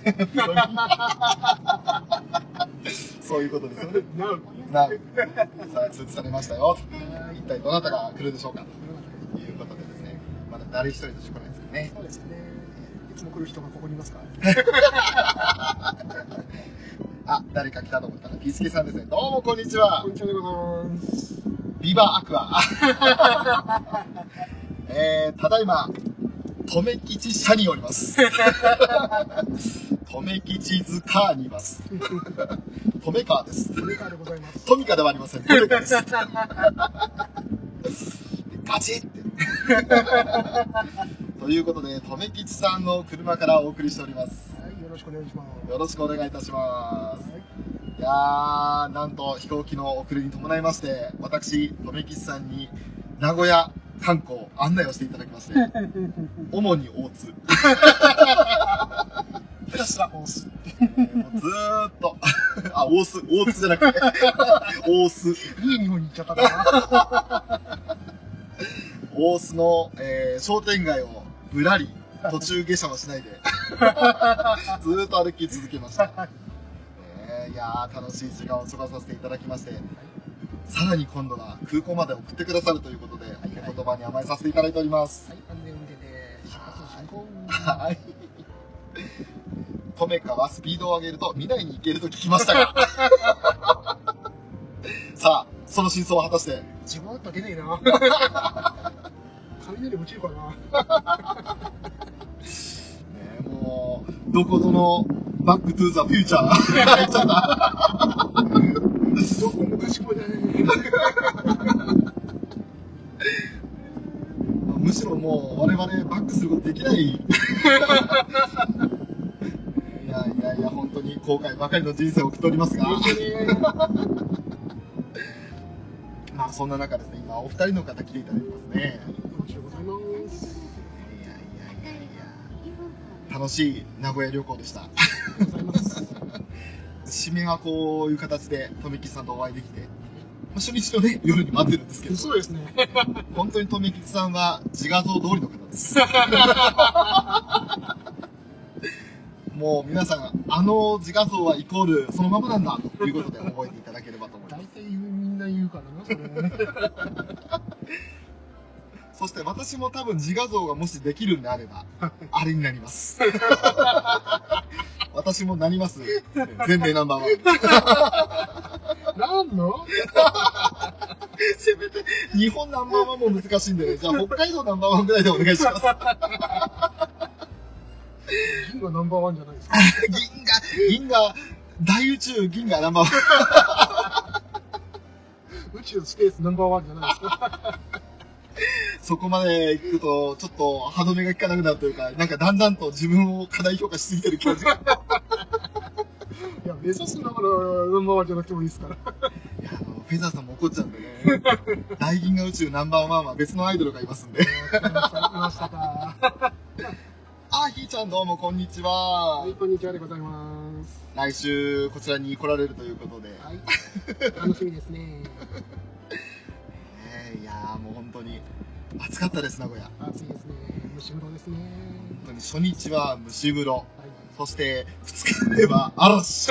そういうことですよね。さあ、通知されましたよ。一体どなたが来るでしょうかということでですね、まだ誰一人として来ないですよね。 そうですよね。いつも来る人がここにいますかあ、誰か来たと思ったら、ピースケさんですね。どうもこんにちは。 こんにちはでございます。 ビバアクア。ただいま、留吉社におります。留吉ズカーにいます。留川です。 トミカでございます。 トミカではありません。留川です。ガチって。ということで、留吉さんの車からお送りしております。 はい、よろしくお願いします。 よろしくお願いいたします。 はい、 いやー、なんと飛行機の遅れに伴いまして、私、留吉さんに名古屋観光案内をしていただきまして、主に大津。 ひたすら大須。 もうずーっと、あ、大津じゃなくて、大須。 いい日本に行っちゃったな。 大須の、商店街をぶらり、途中下車もしないで、ずーっと歩き続けました。いやー、楽しい時間を過ごさせていただきまして、さらに今度は空港まで送ってくださるということで、お言葉に甘えさせていただいております。 はい、安全運転で出発進行。 はい。トメカはスピードを上げると未来に行けると聞きましたが。さあ、その真相を果たして。 じわっと出ねえな。雷落ちるかな。 ね、もう、どこぞのバックトゥーザフューチャー入っちゃった。 どこもかしこもじゃねえ。 むしろもう我々バックすることできない。いや、本当に後悔ばかりの人生を送っておりますが。まあそんな中ですね、今お二人の方来ていただいてますね。 よろしくございます。 楽しい名古屋旅行でした。 ございます。 締めはこういう形で留吉さんとお会いできて、初日のね、夜に待ってるんですけど。 そうですね。 本当に留吉さんは自画像通りの方です。もう皆さん、あの自画像はイコールそのままなんだということで覚えていただければと思います。 大体みんな言うからな、それね。 そして私も多分自画像がもしできるんであれば、あれになります。私もなります。全米ナンバーワン。 なんのせめて、日本ナンバーワンも難しいんでね。じゃあ北海道ナンバーワンぐらいでお願いします。 銀がナンバーワンじゃないですか。 銀河、大宇宙銀河ナンバーワン。 宇宙スペースナンバーワンじゃないですか。 そこまで行くと、ちょっと歯止めが効かなくなるというか、なんかだんだんと自分を過大評価しすぎてる気がする。 いや、目指すながらナンバーワンじゃなくてもいいですから。 いや、フェザーさんも怒っちゃうんでね。大銀河宇宙ナンバーワンは別のアイドルがいますんで。 いましたか。 あ、ひーちゃんどうもこんにちは。 はい、こんにちはでございます。 来週こちらに来られるということで。 はい。楽しみですね。 いやーもう本当に暑かったです、名古屋。 暑いですね。蒸し風呂ですね。 本当に初日は蒸し風呂。 はい、 そして2日目は嵐。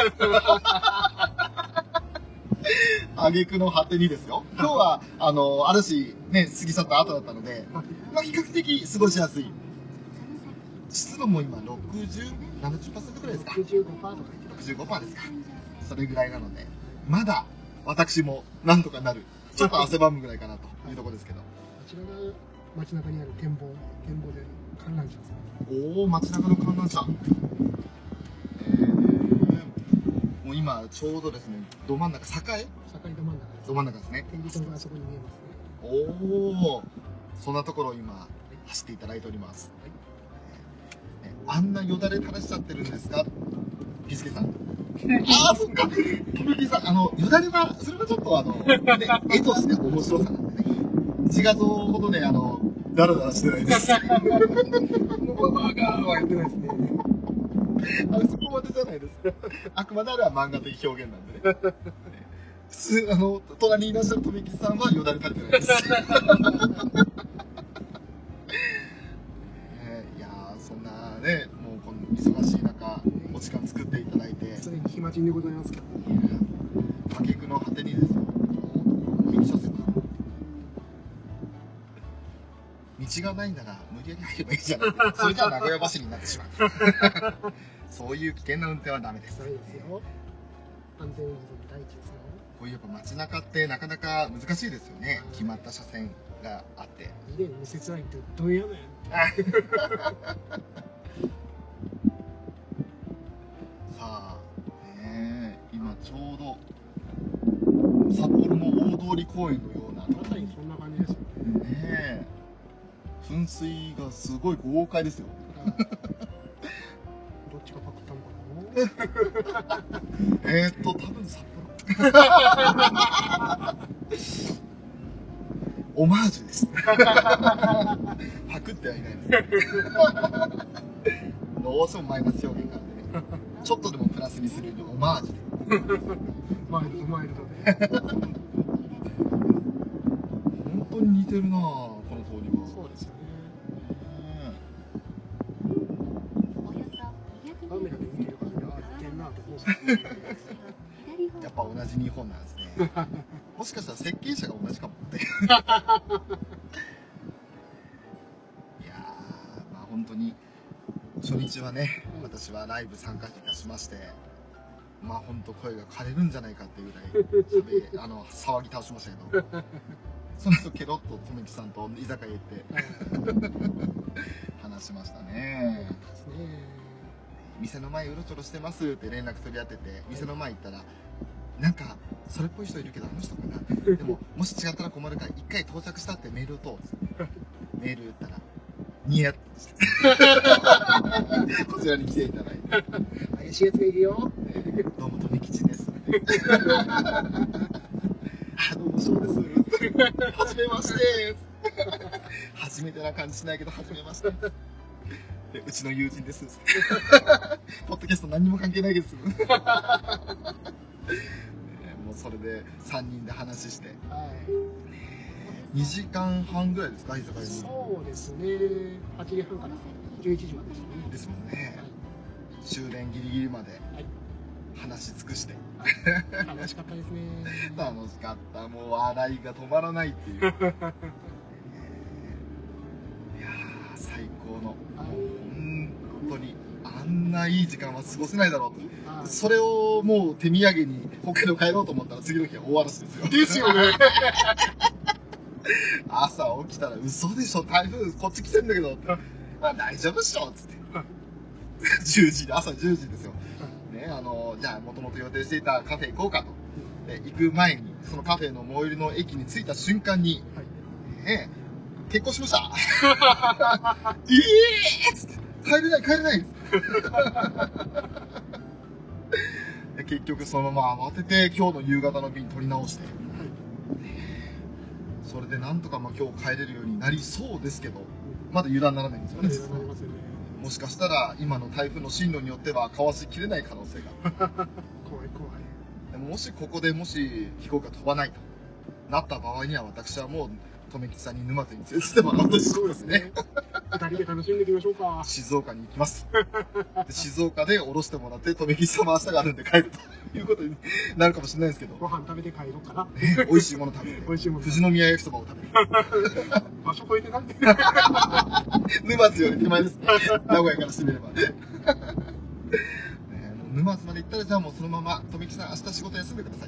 挙句の果てにですよ。今日は嵐ね過ぎ去った後だったので、まあ比較的過ごしやすい。湿度も今60、70% くらいですか。 65%とか 65%ですか。それぐらいなので、まだ私もなんとかなる。ちょっと汗ばむぐらいかなというところですけど。 こちらが街中にある展望で観覧車ですね。 おお、街中の観覧車。もう今ちょうどですね、ど真ん中、栄ど真ん中です。 ど真ん中ですね。 天理線があそこに見えますね。 おお、そんなところを今走っていただいております。あんなよだれ垂らしちゃってるんですか、ピスケさん。ああ、そっか。トミキさん、よだれは、それはちょっとね、絵として面白さなんでね。自画像ほどね、ダラダラしてないです。 バーガーはやってないですね。 そこまでじゃないです。あくまであれは漫画的表現なんでね。普通、隣にいらっしゃる富木さんはよだれ垂れてないです。いやー、そんなね、もうこの忙しい中、 お時間作っていただいて、 常に暇人でございますけど。 挙句の果てにですよ、右車線道がないなら無理やり入ればいいじゃないか、それじゃあ名古屋走りになってしまうそういう危険な運転はダメです。 ダメですよ。安全運転第一ですよ。 こういうやっぱ街中ってなかなか難しいですよね。決まった車線があって。 2年右折ラインってどうやねん。 さあ、今ちょうど札幌の大通公園のようなまさにそんな感じですよね。 噴水がすごい豪快ですよ。 どっちがパクったのかな。 多分札幌オマージュですパクってはいないですどうしてもマイナス表現があってね、ちょっとでもプラスにするようにオマージュでマイルドマイルドで本当に似てるなぁ、この通りは。 そうですよね。カメラで見てるからね、似てんなと思うやっぱ同じ日本なんですねもしかしたら設計者が同じかもっていやー、まあ本当に初日はね、私はライブ参加いたしまして、まあ本当声が枯れるんじゃないかっていうぐらい騒ぎ倒しましたけどその後ケロッととめきさんと居酒屋行って話しましたね。店の前うろちょろしてますって連絡取り合ってて、店の前行ったらなんかそれっぽい人いるけどあの人かなでももし違ったら困るから一回到着したってメール打とうメール打ったらニヤッとこちらに来ていただいて怪しいやつがいるよ。 どうも富吉ですどうもそうですはじめまして初めてな感じしないけどはじめましてでうちの友人ですポッドキャスト何にも関係ないですもうそれで3人で話して、2時間半ぐらいですか、居酒屋に。 そうですね、8時半から11時までですもんね、終電ギリギリまで話し尽くして、 楽しかったですね。 楽しかった、もう笑いが止まらないっていういやー最高の、本当にあんないい時間は過ごせないだろうと。それをもう手土産に北海道帰ろうと思ったら次の日は大嵐ですよ。 ですよね。 朝起きたら嘘でしょ、台風こっち来てんだけど、あ大丈夫っしょっつって10時で朝10時ですよ。ね、じゃあもともと予定していたカフェ行こうかと。で行く前にそのカフェの最寄りの駅に着いた瞬間に、結婚しましたっつって帰れない帰れない結局そのまま慌てて今日の夕方の便取り直して、それでなんとかまあ今日帰れるようになりそうですけど、まだ油断ならないんですよね。もしかしたら今の台風の進路によってはかわしきれない可能性が怖い怖い。 でももしここでもし飛行機が飛ばないとなった場合には、私はもう留吉さんに沼津に連れてってもらうということですね。 2人で楽しんでいきましょうか。 静岡に行きますで静岡で降ろしてもらって留吉さんは明日があるんで帰るということになるかもしれないですけど、 ご飯食べて帰ろうかな。 美味しいもの食べて美味しいもの富士宮焼きそばを食べる場所超えてなんで沼津より手前ですね名古屋からしてみればね沼津まで行ったら、じゃあもうそのまま留吉さん明日仕事休んでください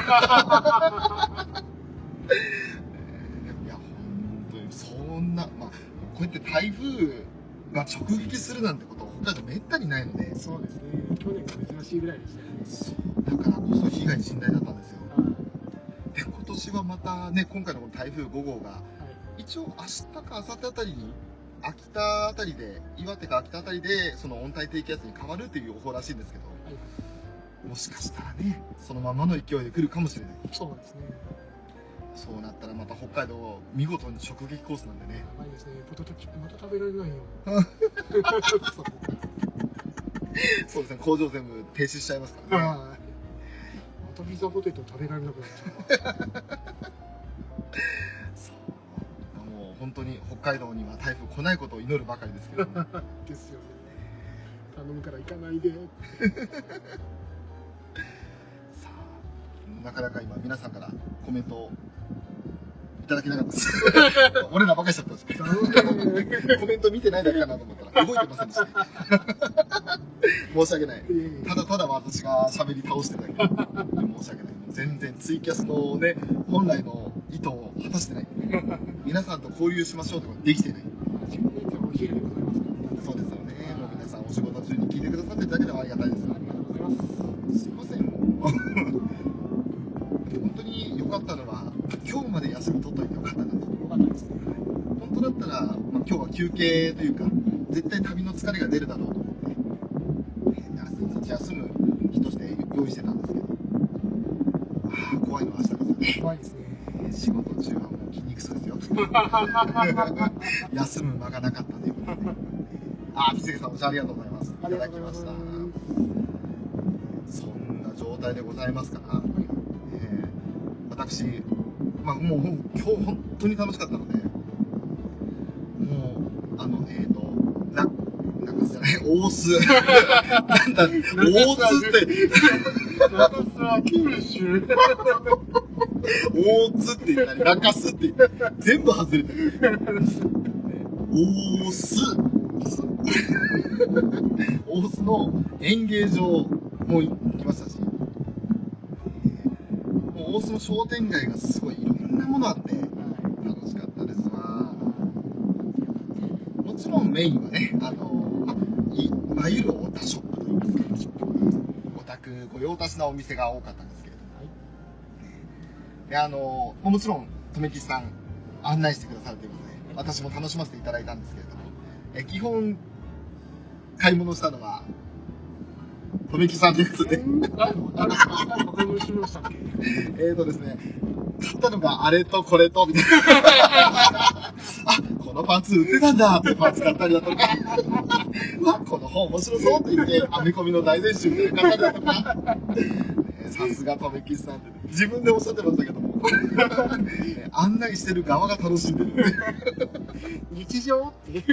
いや本当にそんな、まあこうやって台風が直撃するなんてこと北海道めったにないので。 そうですね、去年が珍しいぐらいでしたよね。 そうだからこそ被害甚大だったんですよ。で今年はまたね、今回のこの台風5号が、一応明日か明後日あたりに秋田あたりで、岩手か秋田あたりでその温帯低気圧に変わるという予報らしいんですけど、もしかしたらねそのままの勢いで来るかもしれない。 そうですね。 そうなったらまた北海道見事に直撃コースなんでね。 やばいですね。ポテトチップまた食べられないよそうですね、工場全部停止しちゃいますからね。 またピザポテト食べられなくなっちゃうもう本当に北海道には台風来ないことを祈るばかりですけどですよね。 頼むから行かないで。 さあ、なかなか今皆さんからコメントをいただけなかったです。俺らばかりしちゃったんですけど、コメント見てないだけかなと思ったら動いてませんでした。申し訳ない。ただただ私が喋り倒してるだけ。申し訳ない。全然ツイキャスのね、本来の意図を果たしてない。皆さんと交流しましょうとかできてない。そうですよね。もう皆さんお仕事中に聞いてくださってるだけでもありがたいです。 ありがとうございます。 すいません。本当に良かったのは、今日まで休み取っといてよかったなと。 よかったですね。 本当だったら、今日は休憩というか、絶対旅の疲れが出るだろうと思って、一日休む日として用意してたんですけど、怖いのは明日ですよね。 怖いですね。 仕事中はもう筋肉痛ですよ。休む間がなかったということで。ピセゲさん、お茶ありがとうございます。いただきました。そんな状態でございますから、私、もう今日本当に楽しかったので、もう、なんかじゃない、大須。なんだ、大須って。 中洲は九州。 大津って言ったり、中洲って言ったり、全部外れてる。大須。大須の演芸場も行きましたし、もう大須の商店街がすごいいろんなものあって、楽しかったですわ。もちろんメインはね、いわゆるオタショップといいますか、オタク御用達なお店が多かったんですけれども、でもちろん、とめきちさん案内してくださるということで、私も楽しませていただいたんですけれども、基本、買い物したのは、とめきさんということで。ですね、買ったのがあれとこれと、みたいな。このパンツ売ってたんだってパンツ買ったりだとか、この本面白そうって言って、アメコミの大全集みたいな買ったりだとか、さすがとめきちさんって、自分でおっしゃってましたけども、案内してる側が楽しんでる。 日常って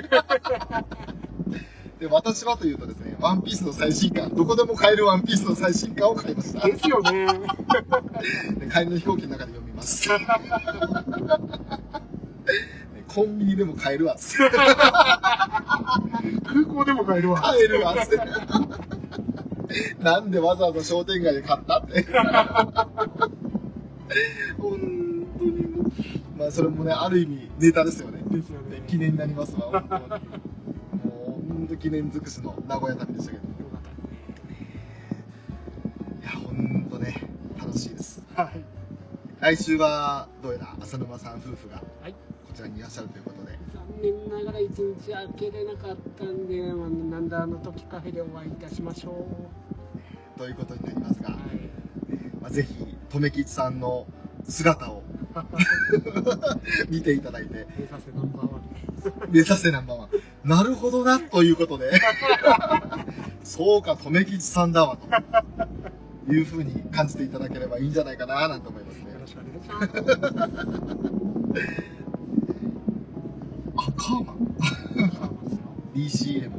で、私はというとですね、ワンピースの最新刊、どこでも買えるワンピースの最新刊を買いました。 ですよね。 で、帰りの飛行機の中で読みます。コンビニでも買えるわっつって。 空港でも買えるわ。 買えるわっつって。なんでわざわざ商店街で買ったって。本当にもう。それもね、ある意味ネタですよね。 ですよね。 記念になりますわ。本当にもう本当記念尽くしの名古屋旅でしたけど。いや、本当ね、楽しいです。 はい。 来週はどうやら浅沼さん夫婦がこはい。 ちらにいらっしゃるということで。 残念ながら一日開けれなかったんで、なんだあの時カフェでお会いいたしましょう。 ということになりますが、 はい。 ぜひ、とめきちさんの姿を見ていただいて、 目指せナンバーワン。 目指せナンバーワン。なるほどな、ということで、そうか、とめきちさんだわ、というふうに感じていただければいいんじゃないかな、なんて思いますね。 よろしくお願いします。 カーマンDCM。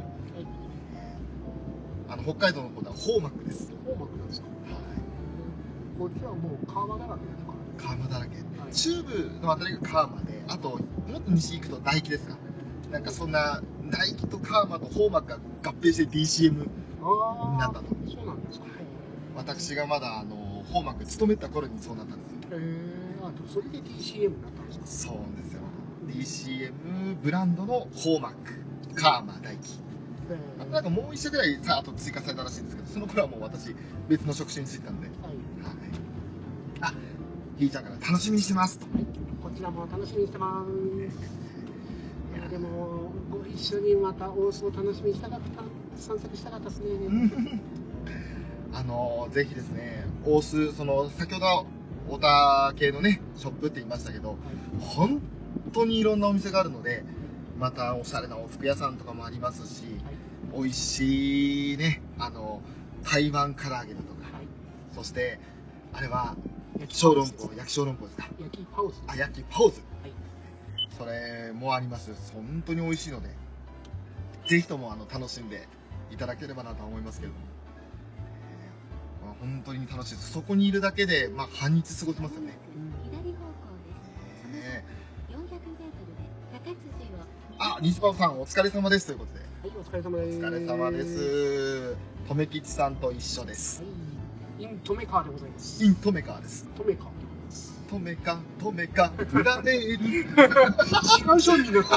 北海道の方ではホーマクです。 ホーマクなんですか。こっちはもう川間だらけですか。 川間だらけ。中部のあたりが川間で、あと、もっと西行くと大木ですか。なんかそんな、大木と川間とホーマクが合併して DCM になったと。 そうなんですか。 私がまだ、ホーマク勤めた頃にそうなったんですよ。 それで DCM になったんですか。 そうですよ。DCM ブランドのホーマク、川間大木。なんかもう一社ぐらいさ、あと追加されたらしいんですけど、その頃はもう私、別の職種に就いたんで。はい。ひーちゃんから楽しみにしてますと。 こちらも楽しみにしてます。いや、でも、ご一緒にまた大須を楽しみにしたかった、散策したかったですね。 ぜひですね、大須、先ほど、オタ系のね、ショップって言いましたけど、本当にいろんなお店があるので、またおしゃれなお服屋さんとかもありますし、美味しいね、台湾唐揚げだとか、そして、あれは、焼き小籠包ですか。 焼きパオズ。 焼きパオズ。それもあります。本当に美味しいので、ぜひとも楽しんでいただければなとは思いますけれども、まあ、本当に楽しいです。そこにいるだけで、まあ、半日過ごせますよね。 左方向です。400メートルで高辻を。 あ、西パさんお疲れ様ですということで。 はい、お疲れ様です。 お疲れ様です。とめきちさんと一緒です。 はい、イントメカーでございます。 イントメカーです。 トメカーでございます。 トメカ、プラネール。 違う商品だった。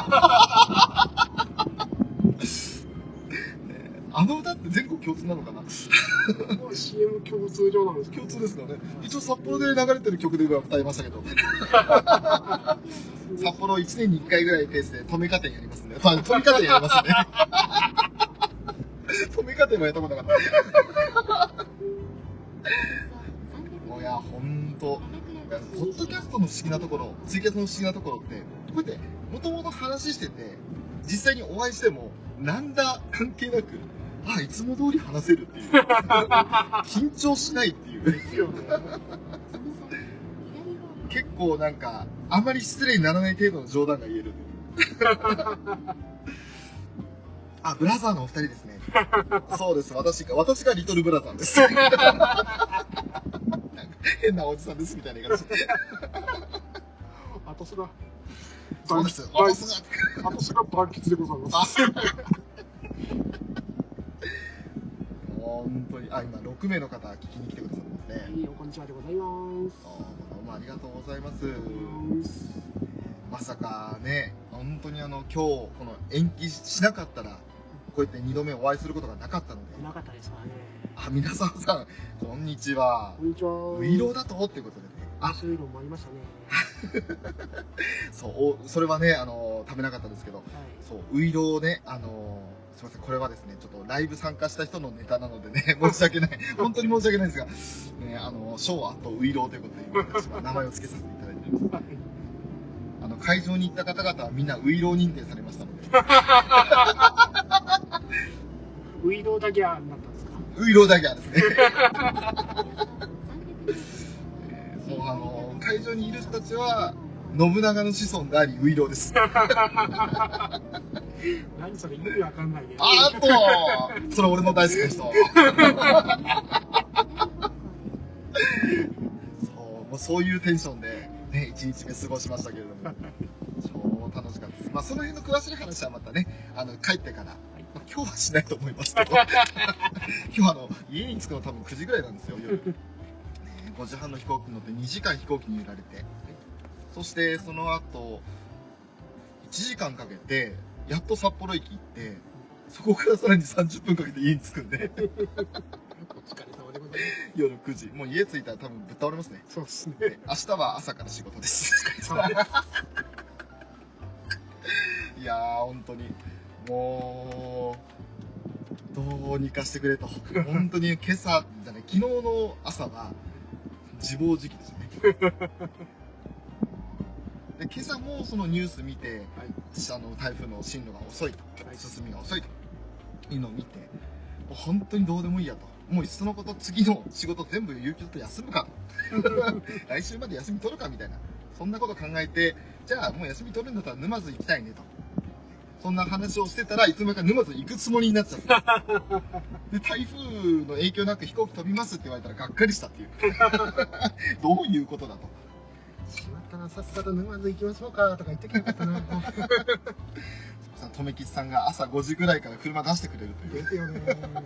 あの歌って全国共通なのかな。 CM 共通上なんですけど。 共通ですよね。一応札幌で流れてる曲で歌いましたけど。札幌1年に1回ぐらいペースでトメカ店やりますね。トメカ店やりますね。トメカ店もやったことなかった。もういや、ほんと。ポッドキャストの不思議なところ、ツイキャスの不思議なところって、こうやって、もともと話してて、実際にお会いしても、なんだ関係なく、あ、いつも通り話せるっていう。緊張しないっていう。結構なんか、あまり失礼にならない程度の冗談が言える。あ、ブラザーのお二人ですね。そうです。私がリトルブラザーです。変なおじさんですみたいな言い方して。 あとすが。 そうです。 あとすがバンキツでございます。 本当に、あ、今6名の方聞きに来てくださってますね。 はい、こんにちはでございます。 どうもありがとうございます。まさかね、本当に今日この延期しなかったら、こうやって2度目お会いすることがなかったので。 なかったですからね。 あ、皆さん、こんにちは。 こんにちは。 ウイローだとっていうことでね。 あ、そういうのもありましたね。 そう、それはね、食べなかったですけど、はい、そう、ウイローね、すいません、これはですね、ちょっとライブ参加した人のネタなのでね、申し訳ない、本当に申し訳ないんですが、ね、昭和とウイローということで、今私は名前を付けさせていただいております。会場に行った方々はみんなウイロー認定されましたので。 ウイローダギャーになったんですか？ ウイローダギャーですね。そう、会場にいる人たちは、信長の子孫であり、ウイローです。 何それ、意味わかんないね。 あーっと、それ俺の大好きな人。もうそういうテンションで、ね、1日目過ごしましたけれども、超楽しかったです。まあ、その辺の詳しい話はまたね、帰ってから、まあ、今日はしないと思いますけど、今日家に着くの多分9時ぐらいなんですよ、夜。5時半の飛行機に乗って2時間飛行機に揺られて、そしてその後、1時間かけて、やっと札幌駅行って、そこからさらに30分かけて家に着くんで。 お疲れ様でございます。 夜9時。もう家着いたら多分ぶっ倒れますね。 そうですね。 明日は朝から仕事です。お疲れ様です。いやー、本当に。もう、どうにかしてくれと。本当に今朝じゃない、昨日の朝は自暴自棄でしたね。で今朝もそのニュース見て、はい、台風の進路が遅いと、進みが遅いというのを見て、もう本当にどうでもいいやと。もういっそのこと、次の仕事全部有給取って休むかと。来週まで休み取るかみたいな。そんなこと考えて、じゃあもう休み取るんだったら沼津行きたいねと。そんな話をしてたらいつの間にか沼津行くつもりになっちゃって。で、台風の影響なく飛行機飛びますって言われたらがっかりしたっていう。どういうことだと。 しまったな、さっさと沼津行きましょうかとか言ってきなかったな。 とめきちさんが朝5時ぐらいから車出してくれるという。 ですよね。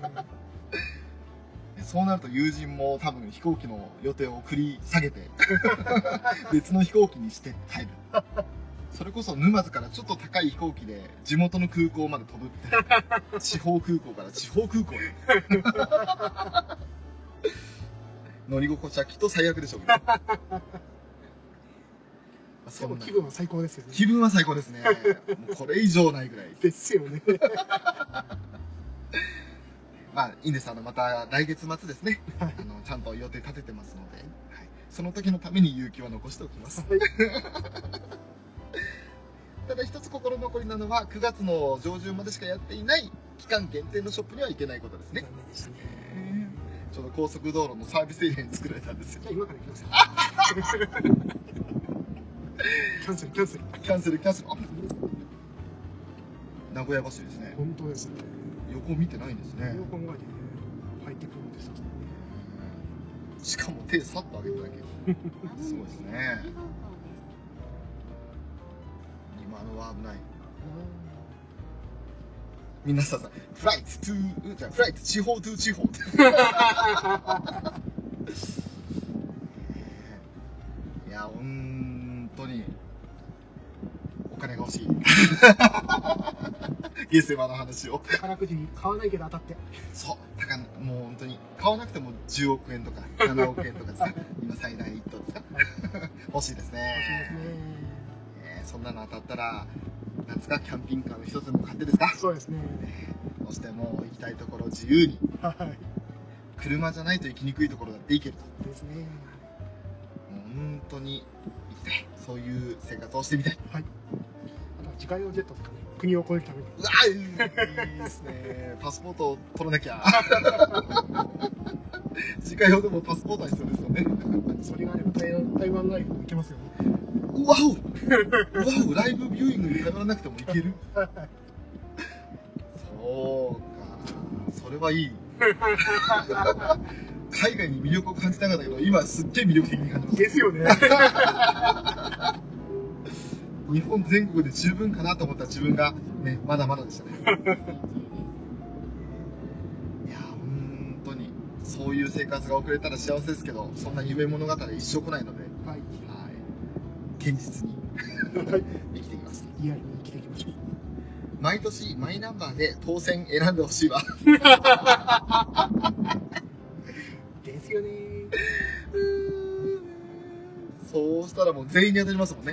そうなると友人も多分飛行機の予定を繰り下げて別の飛行機にして帰る。それこそ沼津からちょっと高い飛行機で地元の空港まで飛ぶって地方空港から地方空港へ乗り心地はきっと最悪でしょうけど。 でも気分は最高ですよね。 気分は最高ですね。もうこれ以上ないぐらいですよね。 まあいいんです。また来月末ですね。ちゃんと予定立ててますので、はい、その時のために有給は残しておきます。はい、ただ一つ心残りなのは9月の上旬までしかやっていない期間限定のショップには行けないことですね。 残念でしたね。 ちょうど高速道路のサービスエリアに作られたんですよ。 じゃあ今から行きますよ。キャンセル名古屋橋ですね。 本当ですね。 横見てないんですね。 そう考えてね、入ってくるんですよ。 しかも手さっと上げるだけ。すごいですね。今のは危ない。皆さん、フライト地方トゥ地方。いや、本当にお金が欲しい。ゲセマの話を。 宝くじに買わないけど当たって。 そう、もう本当に買わなくても10億円とか7億円とかですか。今最大1等ですか。欲しいですね。 欲しいですね。 そんなの当たったら、なんですか、キャンピングカーの一つでも買ってですか。 そうですね。 そしてもう行きたいところ自由に。 はい。 車じゃないと行きにくいところだって行けると。 ですね。 もう本当に行きたい。そういう生活をしてみたい。 はい。あとは自家用ジェットとかね、国を越えるために。 うわー、いいですね。パスポートを取らなきゃ。自家用でもパスポートは必要ですよね。 それがあれば台湾ライフも行けますよね。 うわおライブビューイングに頼らなくてもいける。そうか、それはいい。海外に魅力を感じたかったけど、今すっげえ魅力的に感じます。 ですよね。 日本全国で十分かなと思った自分がね、まだまだでしたね。いや、本当にそういう生活が送れたら幸せですけど、そんな夢物語は一生来ないので、 はい。 現実に生きていきます。 リアルに生きていきましょう。 毎年マイナンバーで当選選んでほしいわ。 ですよね。 そうしたらもう全員に当たりますもんね。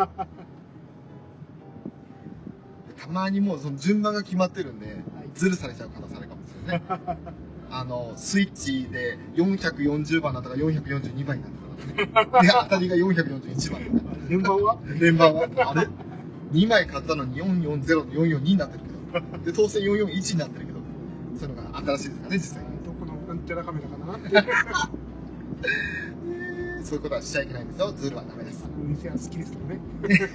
たまにもうその順番が決まってるんで、ズルされちゃう可能性あるかもしれないですね。スイッチで440番だったから442番になったから、ね。で、当たりが441番。 連番はあれ ?2 枚買ったのに440の442になってるけど。で、当選441になってるけど。そういうのが新しいですかね、実際に。 どこのなんちゃらカメラかなって。 そういうことはしちゃいけないんですよ。ズルはダメです。 お店は好きですけどね。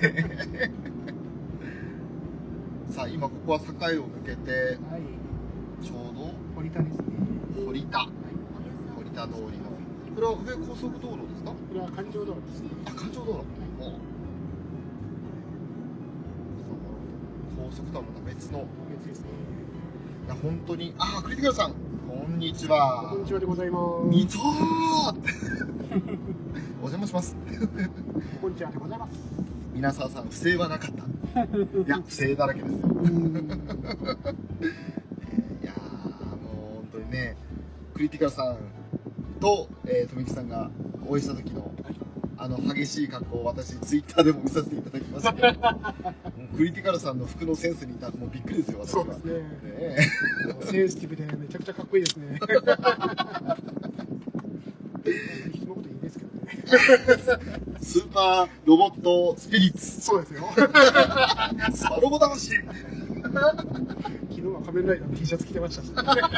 さあ、今ここは境を抜けて、 はい。 ちょうど堀田ですね。 堀田通りの。これは上高速道路ですか？ これは環状道路ですね。 あ、環状道路。高速とはまた別の。 別ですね。 いや、本当に。あ、クリティカルさん。こんにちは。 こんにちはでございます。 見たー。お邪魔します。 こんにちはでございます。 皆沢さん、不正はなかった。いや、不正だらけですよ。いやー、もう本当にね、クリティカルさんと、富木さんがお会いした時の、激しい格好を私、ツイッターでも見させていただきましたけど、クリティカルさんの服のセンスにいたらもうびっくりですよ、私は。 そうですね。センシティブでめちゃくちゃかっこいいですね。人のこといいですけどね。 スーパーロボットスピリッツ。 そうですよ。 スパロボ魂。 昨日は仮面ライダーの T シャツ着てましたし。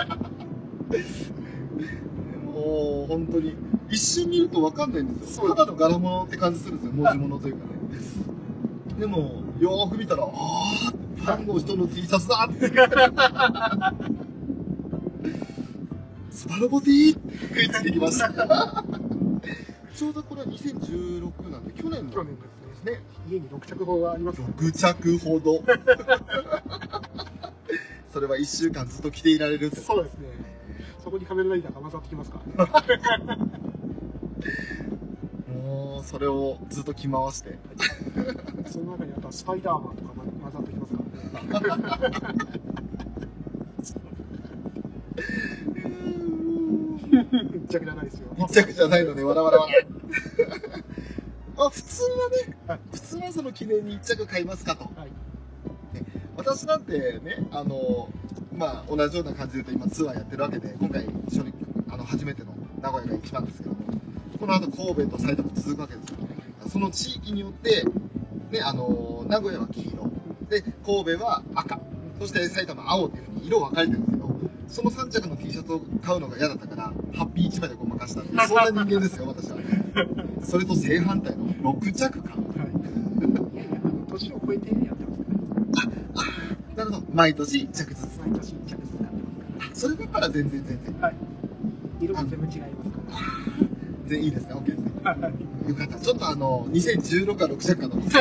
もう本当に一瞬見ると分かんないんですよ。ただの柄物って感じするんですよ。文字物というかね。でもよーく見たら、ああ、ファンの人の T シャツだって。スパロボ T って食いついてきました。ちょうどこれは2016なんで去年ですね。家に6着ほどあります。 6着ほど。それは1週間ずっと着ていられるって。 そうですね。そこに仮面ライダーが混ざってきますから。 もうそれをずっと着回して。 その中にあとはスパイダーマンとか混ざってきますからね。一着じゃないですよ。 一着じゃないので、わらわらわら。普通はね、普通はその記念に一着買いますかと。 はい。 私なんてね、まあ、同じような感じで言うと今ツアーやってるわけで、今回一緒に、初めての名古屋が一番ですけども、この後神戸と埼玉続くわけですよ。その地域によって、ね、名古屋は黄色、で、神戸は赤、そして埼玉は青っていうふうに色分かれてるんですけど、その3着の T シャツを買うのが嫌だったから、ハッピー1枚でごまかしたっていう、そんな人間ですよ、私は。それと正反対の6着買う。 はい。いやいや、年を超えてやってますから。 なるほど。毎年1着ずつ。 毎年1着ずつ。 それだったら全然はい。色も全部違いますから。 全然いいですね。 OK ですね。よかった。ちょっと2016か6着かと思って。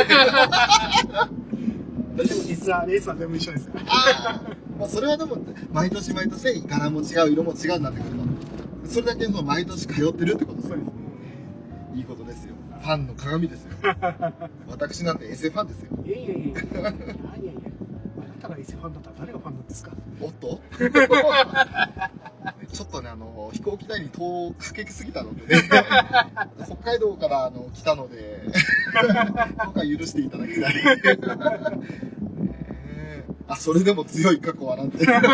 でも実はレースは全部一緒ですよ。 まあそれはでも毎年毎年柄も違う色も違うんだけど、それだけ毎年通ってるってことですよ。いいことですよ。ファンの鏡ですよ。私なんてエセファンですよ。 いやいやいやいやいやいや、あなたがエセファンだったら誰がファンなんですか。 おっとちょっとね、飛行機代に遠かけすぎたのでね、北海道から来たので、どうか許していただきたい。あ、それでも強い過去はなんて。本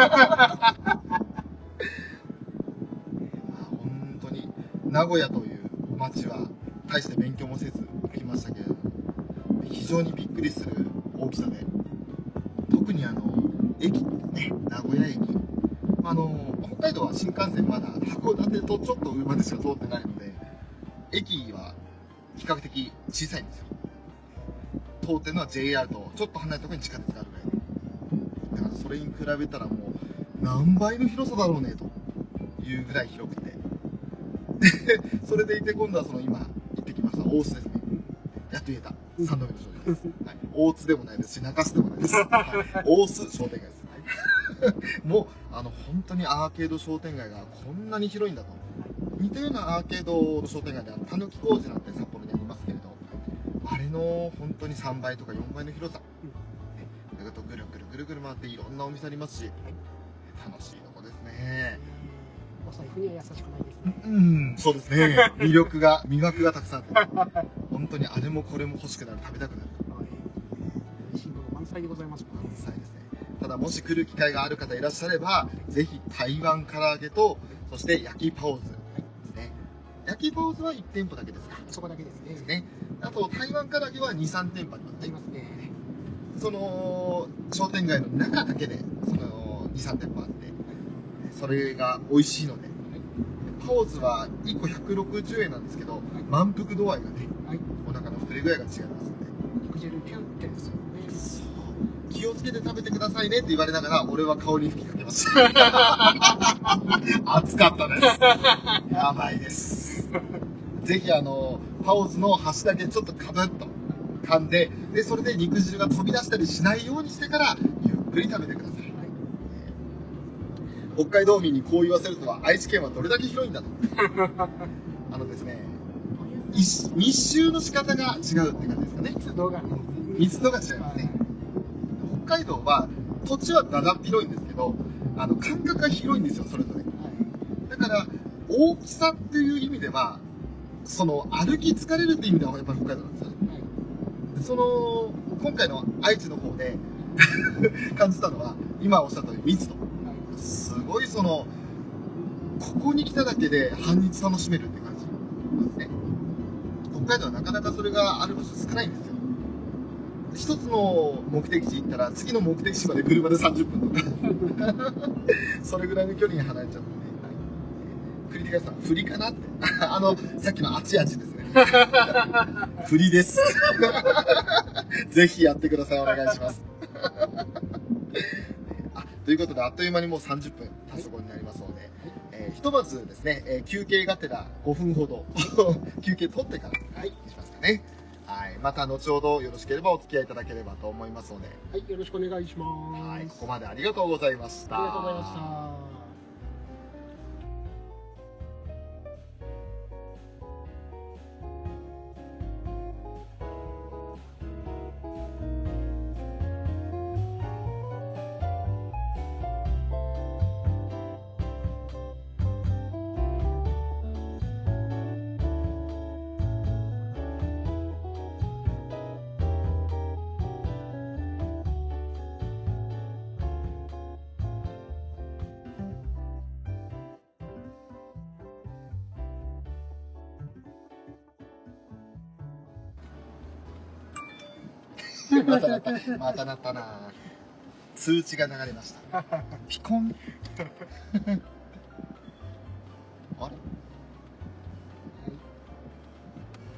当に、名古屋という街は、大して勉強もせず来ましたけれども、非常にびっくりする大きさで、特に駅ですね、名古屋駅。北海道は新幹線まだ函館とちょっと上までしか通ってないので、駅は比較的小さいんですよ。通ってるのは JR とちょっと離れたところに地下鉄があるぐらいで。だからそれに比べたらもう何倍の広さだろうねというぐらい広くて。それでいて今度は今行ってきました大須ですね。やっと言えた。3度目の商店街です。はい、大津でもないですし、中洲でもないです。はい、大須商店街です。もう本当にアーケード商店街がこんなに広いんだと。似たようなアーケードの商店街でたぬき工事なんて札幌にありますけれど、あれの本当に3倍とか4倍の広さ、ぐるぐるぐる回っていろんなお店ありますし、楽しいとこですね。 お財布には優しくないですね。 そうですね。魅力がたくさんあって、本当にあれもこれも欲しくなる、食べたくなる。 美味しいもの満載でございます。 満載ですね。ただもし来る機会がある方いらっしゃれば、ぜひ台湾唐揚げと、そして焼きパオズですね。焼きパオズは1店舗だけですか。 そこだけですね。 あと台湾唐揚げは2、3店舗ありますね。その商店街の中だけでその2、3店舗あって、それが美味しいので、パオズは1個160円なんですけど、満腹度合いがね、お腹の膨れ具合が違いますので、 肉汁ピュンってですよね。 気をつけて食べてくださいねって言われながら、俺は顔に吹きかけました。熱かったです。やばいです。ぜひパオズの端だけちょっとカブッと噛んで、それで肉汁が飛び出したりしないようにしてからゆっくり食べてください。北海道民にこう言わせるとは、愛知県はどれだけ広いんだと。ですね、密集の仕方が違うって感じですかね。密度が違いますね。北海道は土地はだだっ広いんですけど、間隔が広いんですよ、それぞれ。だから大きさっていう意味では、歩き疲れるっていう意味ではやっぱり北海道なんですよね。今回の愛知の方で感じたのは、今おっしゃったように密度。すごいここに来ただけで半日楽しめるって感じなんですね。北海道はなかなかそれがある場所少ないんですよ。一つの目的地行ったら次の目的地まで車で30分とかそれぐらいの距離に離れちゃうので、クリティカルさん振りかなってさっきのあちあちですね。振りです。ぜひやってください。お願いします。ということで、あっという間にもう30分経つところになりますので、ひとまずですね、休憩がてら5分ほど休憩取ってからにしますかね。はい、また後ほどよろしければお付き合いいただければと思いますので、 はい、よろしくお願いします。 はい、ここまでありがとうございました。 ありがとうございました。 またなったな。通知が流れました。ピコン。あれ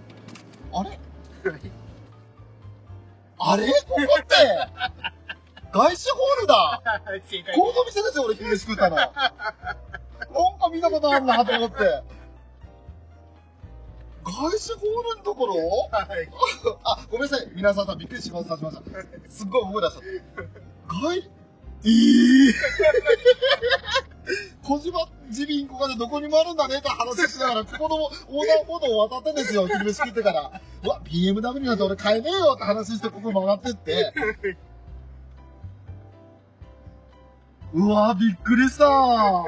あれあれここって外資ホールだ。 正解。 この店ですよ、俺昼飯食ったの。なんか見たことあるなと思って。外資ホールのところはい。 あ、ごめんなさい。皆さんびっくりしました。すっごい思い出した。小島自民ここでどこにもあるんだねって話しながら、ここの横断歩道を渡ってんですよ、昼飯食ってから。うわ、BMW なんて俺買えねえよって話してここ曲がってって。うわ、びっくりしたわ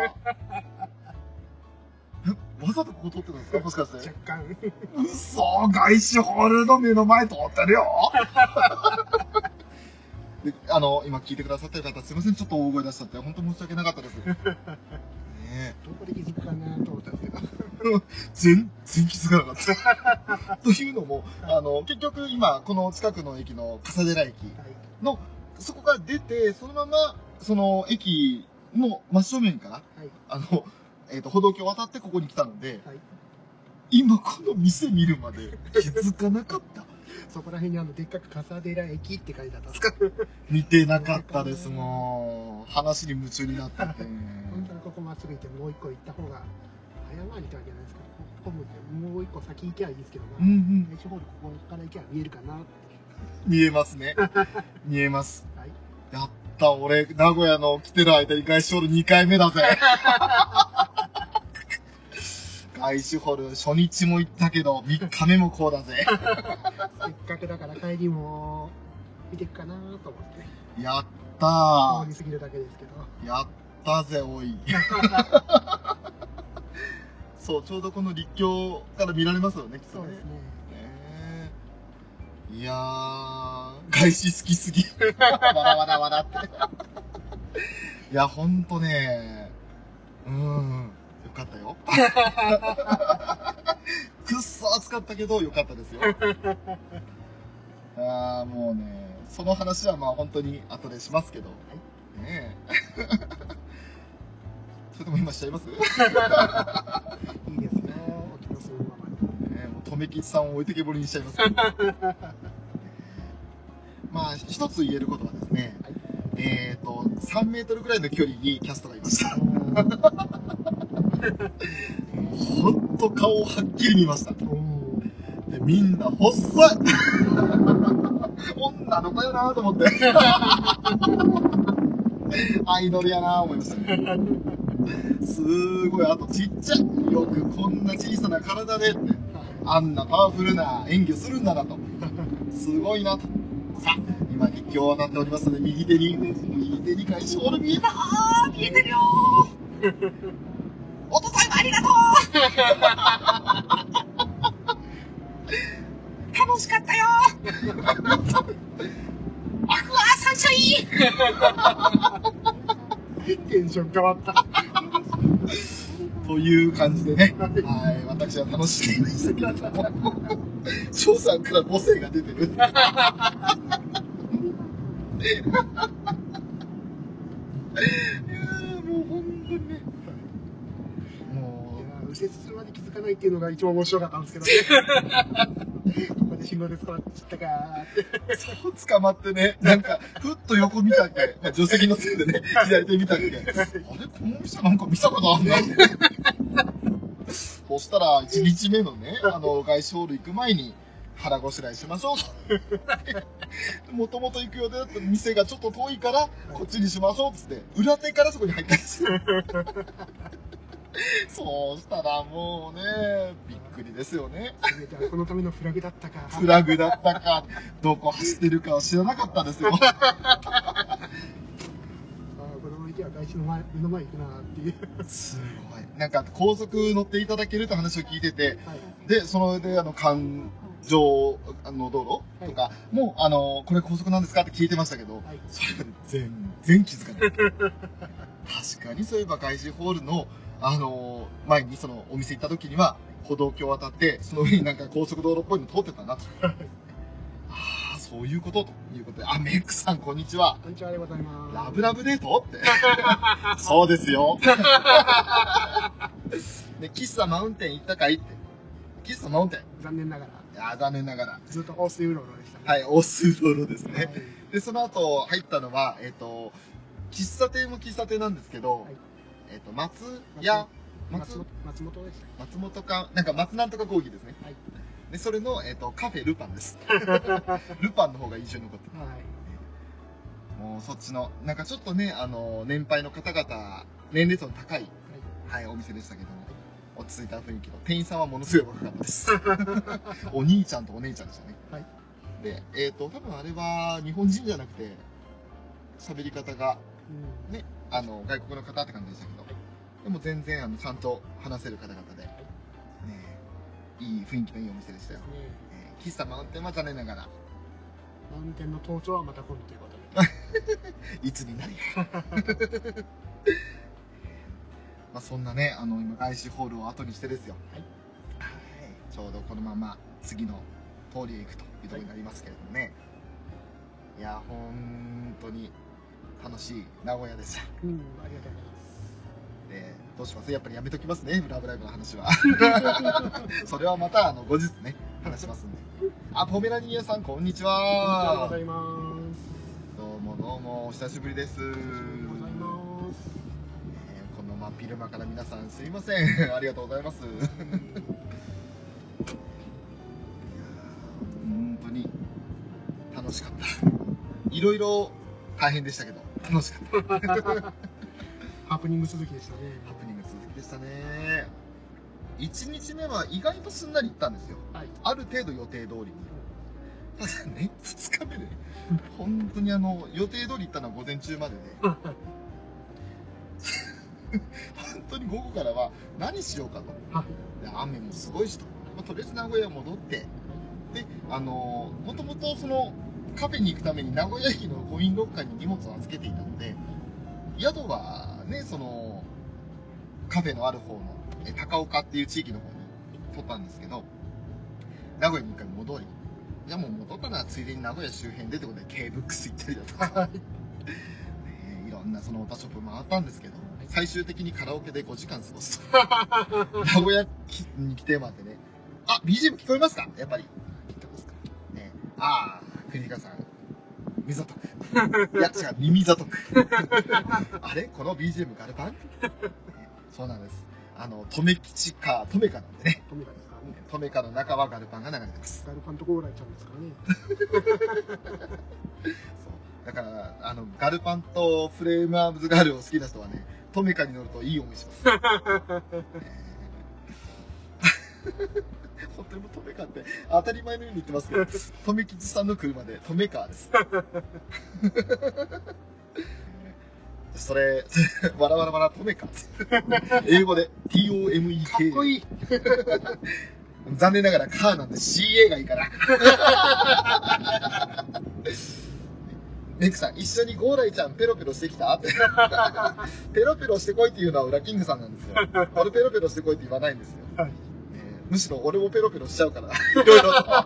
ざとここ撮ってたんですかもしかして。 若干。 嘘、外資ホールの目の前通ってるよで今聞いてくださってる方、すいません、ちょっと大声出しちゃって、本当申し訳なかったです。ねどこで気づくかなと思ったんですけど。 全然気づかなかった。というのも、結局今、この近くの駅の笠寺駅の、そこから出て、そのまま、その駅の真正面から、歩道橋を渡ってここに来たので、今この店見るまで気づかなかった。 そこら辺にでっかく笠寺駅って書いてあったんですか。 見てなかったです、もう。話に夢中になってて。 本当はここまっすぐ行ってもう一個行った方が、早回りってわけじゃないですか。ここ向いてもう一個先行けばいいですけども、内緒ホールここから行けば見えるかなって。 見えますね。見えます。 はい、 やった、俺、名古屋の来てる間に外資ホール2回目だぜ。外資ホール初日も行ったけど、3日目もこうだぜ。 せっかくだから帰りも見ていくかなと思って。 やったー。 通り過ぎるだけですけど。やったぜ、おい。そう、ちょうどこの立教から見られますよね、きっとね。そうですね。いやー、外資好きすぎ。わらって。いや、ほんとね、よかったよ。くっそ暑かったけど、よかったですよ。もうね、その話はまあ本当に後でしますけど。ねえ。それとも今しちゃいますいいですよ。 お気の済むままに。 もう、とめきちさんを置いてけぼりにしちゃいます。まあ、一つ言えることはですね、3メートルぐらいの距離にキャストがいました。ほんと顔をはっきり見ました。で、みんな細い女の子やなと思って。アイドルやな思いましたね。すごい、あとちっちゃい。よくこんな小さな体でって、あんなパワフルな演技をするんだなと。すごいなと。さあ、今立教を渡っておりますので、右手に外資ホール見えたー、見えてるよー。おとといもありがとう楽しかったよーアクアサンシャインテンション変わった。 という感じでね、はい、私は楽しんでいましたけれども、翔さんから母性が出てる。いやもう本当にね、もう右折するまで気づかないっていうのが一番面白かったんですけどね。ここで信号で捕まっちゃったかーって。 そう捕まってね、なんかふっと横見たっけ、助手席のせいでね、左手見たっけ、あれこの店なんか見たことあんなって。そしたら1日目のね、外資ホール行く前に腹ごしらえしましょうと。もともと行く予定だった店がちょっと遠いからこっちにしましょうっつって裏手からそこに入ったんですよ。そうしたらもうね、びっくりですよね。 このためのフラグだったか。 フラグだったか、どこ走ってるかは知らなかったですよ。 このまま行けば外資の目の前行くなっていう。すごい。なんか高速乗っていただけるって話を聞いてて、で、そので環状の道路とかも、これ高速なんですかって聞いてましたけど、それが全然気づかない。確かにそういえば外資ホールの前にそのお店行った時には歩道橋を渡ってその上になんか高速道路っぽいの通ってたなと。ああ、そういうことということで、メックさんこんにちは。 こんにちは、ありがとうございます。 ラブラブデートって。そうですよ。で、喫茶マウンテン行ったかいって。喫茶マウンテン。 残念ながら。 残念ながら。 ずっと大須ウロウロでしたね。 はい、大須ウロウロですね。 で、その後入ったのは、喫茶店も喫茶店なんですけど、 はい、 松本でした。 松本か、なんか松なんとか講義ですね。 はい。 で、それの、カフェルパンです。ルパンの方が印象に残ってる。 はい。 もうそっちの、なんかちょっとね、年配の方々、年齢層の高い、はい、お店でしたけども、落ち着いた雰囲気の店員さんはものすごい若かったです。お兄ちゃんとお姉ちゃんでしたね。 はい。 で、多分あれは日本人じゃなくて、喋り方が、ね、外国の方って感じでしたけど、でも全然、ちゃんと話せる方々で、ね、いい雰囲気のいいお店でしたよ。喫茶マウンテンは残念ながら。 マウンテンの登頂はまた今度ということで。 いつになりまあそんなね、今外資ホールを後にしてですよ。はい。ちょうどこのまま次の通りへ行くというところになりますけれどもね。いや、本当に楽しい名古屋でした。 ありがとうございます。 で、どうします？やっぱりやめときますね、ラブライブの話は。それはまた後日ね、話しますんで。あ、ポメラニアさん、こんにちは。 ありがとうございます。 どうもお久しぶりです。 ありがとうございます。 この真っ昼間から皆さんすいません。ありがとうございます。本当に楽しかった。いろいろ大変でしたけど楽しかった。 ハプニング続きでしたね。 ハプニング続きでしたね。1日目は意外とすんなり行ったんですよ。はい、ある程度予定通りに。ただね、2日目で、本当に予定通り行ったのは午前中までで、本当に午後からは何しようかと。で、雨もすごいしと。とりあえず名古屋戻って、で、もともとそのカフェに行くために名古屋駅のコインロッカーに荷物を預けていたので、宿はね、そのカフェのある方の高岡っていう地域の方に取ったんですけど、名古屋に一回戻り、じゃあもう戻ったらついでに名古屋周辺でってことで K-BOOKS 行ったりだとか、いろんなそのオタショップ回ったんですけど、最終的にカラオケで5時間過ごすと。名古屋に来てもらってね、あ、BGM 聞こえますか？やっぱり。聞こえますか？ね、ああ、国川さん、みざとく。いや、違う、耳ざとく。あれこの BGM ガルパン？そうなんです。トメカなんでね。トメカですかね。トメカの中はガルパンが流れてます。 ガルパンとゴーライちゃんですからね。 そう。だから、ガルパンとフレームアームズガールを好きな人はね、トメカに乗るといい思いします。本当にもうトメカって当たり前のように言ってますけど、トメ吉さんの車でトメカーです。それ、わらわらわらトメカって。英語で TOMEK。 かっこいい。 残念ながらカーなんで CA がいいから。メイクさん、一緒にゴーライちゃんペロペロしてきたって。ペロペロしてこいっていうのはウラキングさんなんですよ。俺ペロペロしてこいって言わないんですよ。はい、むしろ俺もペロペロしちゃうから。いろいろと。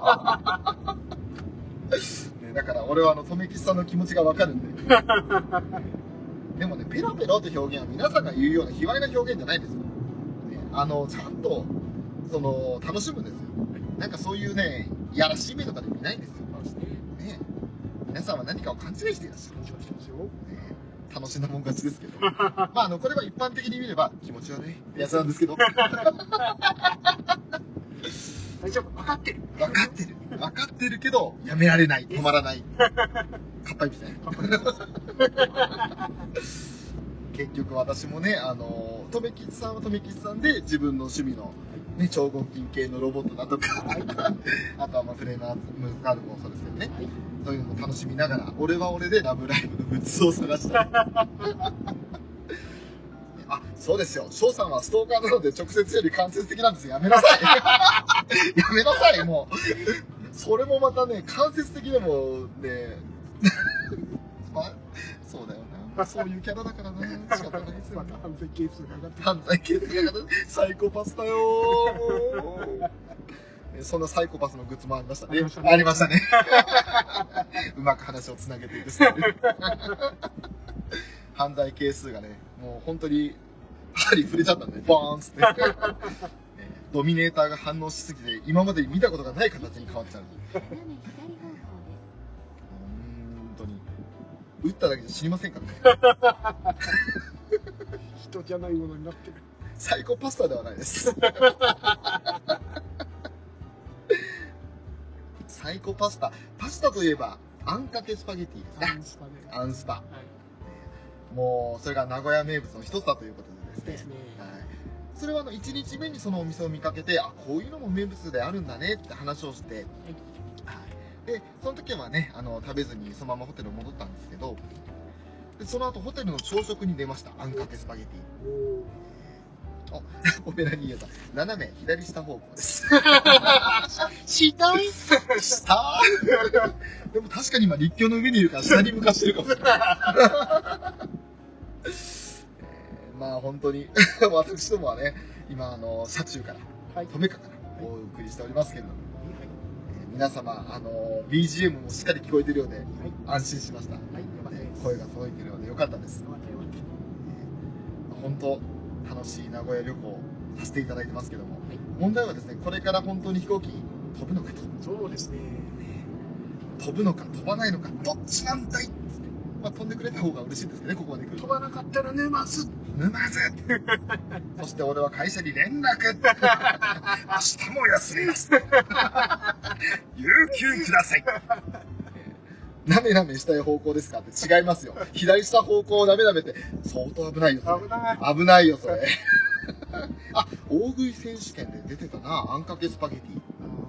だから俺はとめきちさんの気持ちがわかるんで。でもね、ペロペロって表現は皆さんが言うような卑猥な表現じゃないんですよ。ね、ちゃんと、楽しむんですよ。なんかそういうね、やらしい目とかで見ないんですよ。ね、皆さんは何かを勘違いしていらっしゃる。勘違いしてますよ。ね、楽しんだもん勝ちですけど。まあ、これは一般的に見れば気持ち悪いってやつなんですけど。 大丈夫、分かってる。 分かってる。分かってるけど、やめられない。止まらない。かっぱいみたいな。結局私もね、とめきちさんはとめきちさんで自分の趣味の、ね、超合金系のロボットだとか、あとはフレームアームガールもそうですけどね、そういうのも楽しみながら、俺は俺でラブライブのグッズを探した。あ、そうですよ。翔さんはストーカーなので直接より間接的なんですよ。やめなさい。やめなさい、もう。それもまたね、間接的でもね、まあ、そうだよな。そういうキャラだからな。仕方ないですよ。 また犯罪係数が上がって。 犯罪係数が上がって。サイコパスだよー。そんなサイコパスのグッズもありましたね。ありましたね。うまく話をつなげていくスタイル。犯罪係数がね、もう本当に針触れちゃったんで、ボーンっつって。ドミネーターが反応しすぎて、今まで見たことがない形に変わっちゃう。本当に。 打っただけじゃ死にませんからね。 人じゃないものになってる。 サイコパスタではないです。サイコパスタ。パスタといえば、あんかけスパゲティですね。 アンスパね。 あんスパ。 はい。 もう、それが名古屋名物の一つだということでですね。 はい、それは1日目にそのお店を見かけて、あ、こういうのも名物であるんだねって話をして、はい、でその時はね食べずにそのままホテル戻ったんですけど、でその後ホテルの朝食に出ました。あんかけスパゲティ。おポメラニーヤさん、斜め左下方向です。 下下でも確かに今立教の上にいるから下に向かしてるかもしれない。まあ本当に私どもはね今車中から、トメカからお送りしておりますけれども、皆様BGM もしっかり聞こえてるようで、安心しました。声が届いてるようでよかったです。本当楽しい名古屋旅行させていただいてますけども、問題はですね、これから本当に飛行機飛ぶのかと。 そうですね。 飛ぶのか飛ばないのかどっちなんだい。まあ飛んでくれた方が嬉しいんですけどね、ここまで来ると。 飛ばなかったら沼津。 そして俺は会社に連絡。明日も休みます。有給ください。なめなめしたい方向ですかって違いますよ。左下方向をなめなめって相当危ないよ。危ないよそれ。あ、大食い選手権で出てたな、あんかけスパゲティ。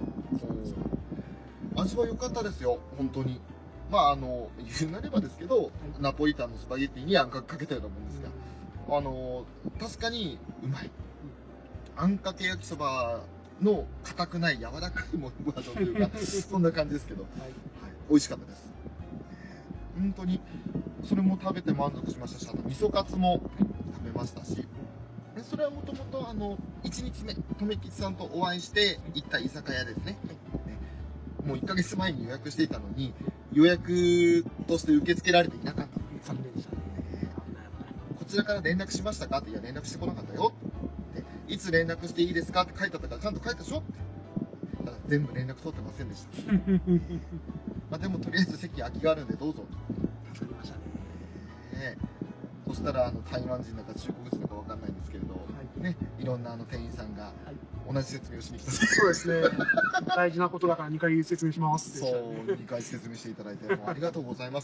味は良かったですよ、本当に。まあ言うなればですけど、ナポリタンのスパゲティにあんかけかけたようなもんですが、確かにうまい。あんかけ焼きそばの硬くない柔らかいものというかそんな感じですけど、美味しかったです。本当にそれも食べて満足しましたし、あと味噌カツも食べましたし、それはもともと1日目留吉さんとお会いして行った居酒屋ですね。もう1ヶ月前に予約していたのに予約として受け付けられていなかった。 残念でしたね。 こちらから連絡しましたかって、いや連絡してこなかったよって、いつ連絡していいですかって書いてあったからちゃんと書いたでしょって、ただ全部連絡取ってませんでした。まあでもとりあえず席空きがあるんでどうぞと。 助かりましたね。 そしたら台湾人だか中国人だかわかんないんですけれど、ね、いろんな店員さんが同じ説明をしに来た。 そうですね。大事なことだから2回説明します。 そう、2回説明していただいて、もうありがとうございます。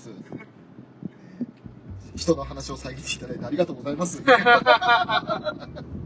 人の話を遮っていただいてありがとうございます。 あ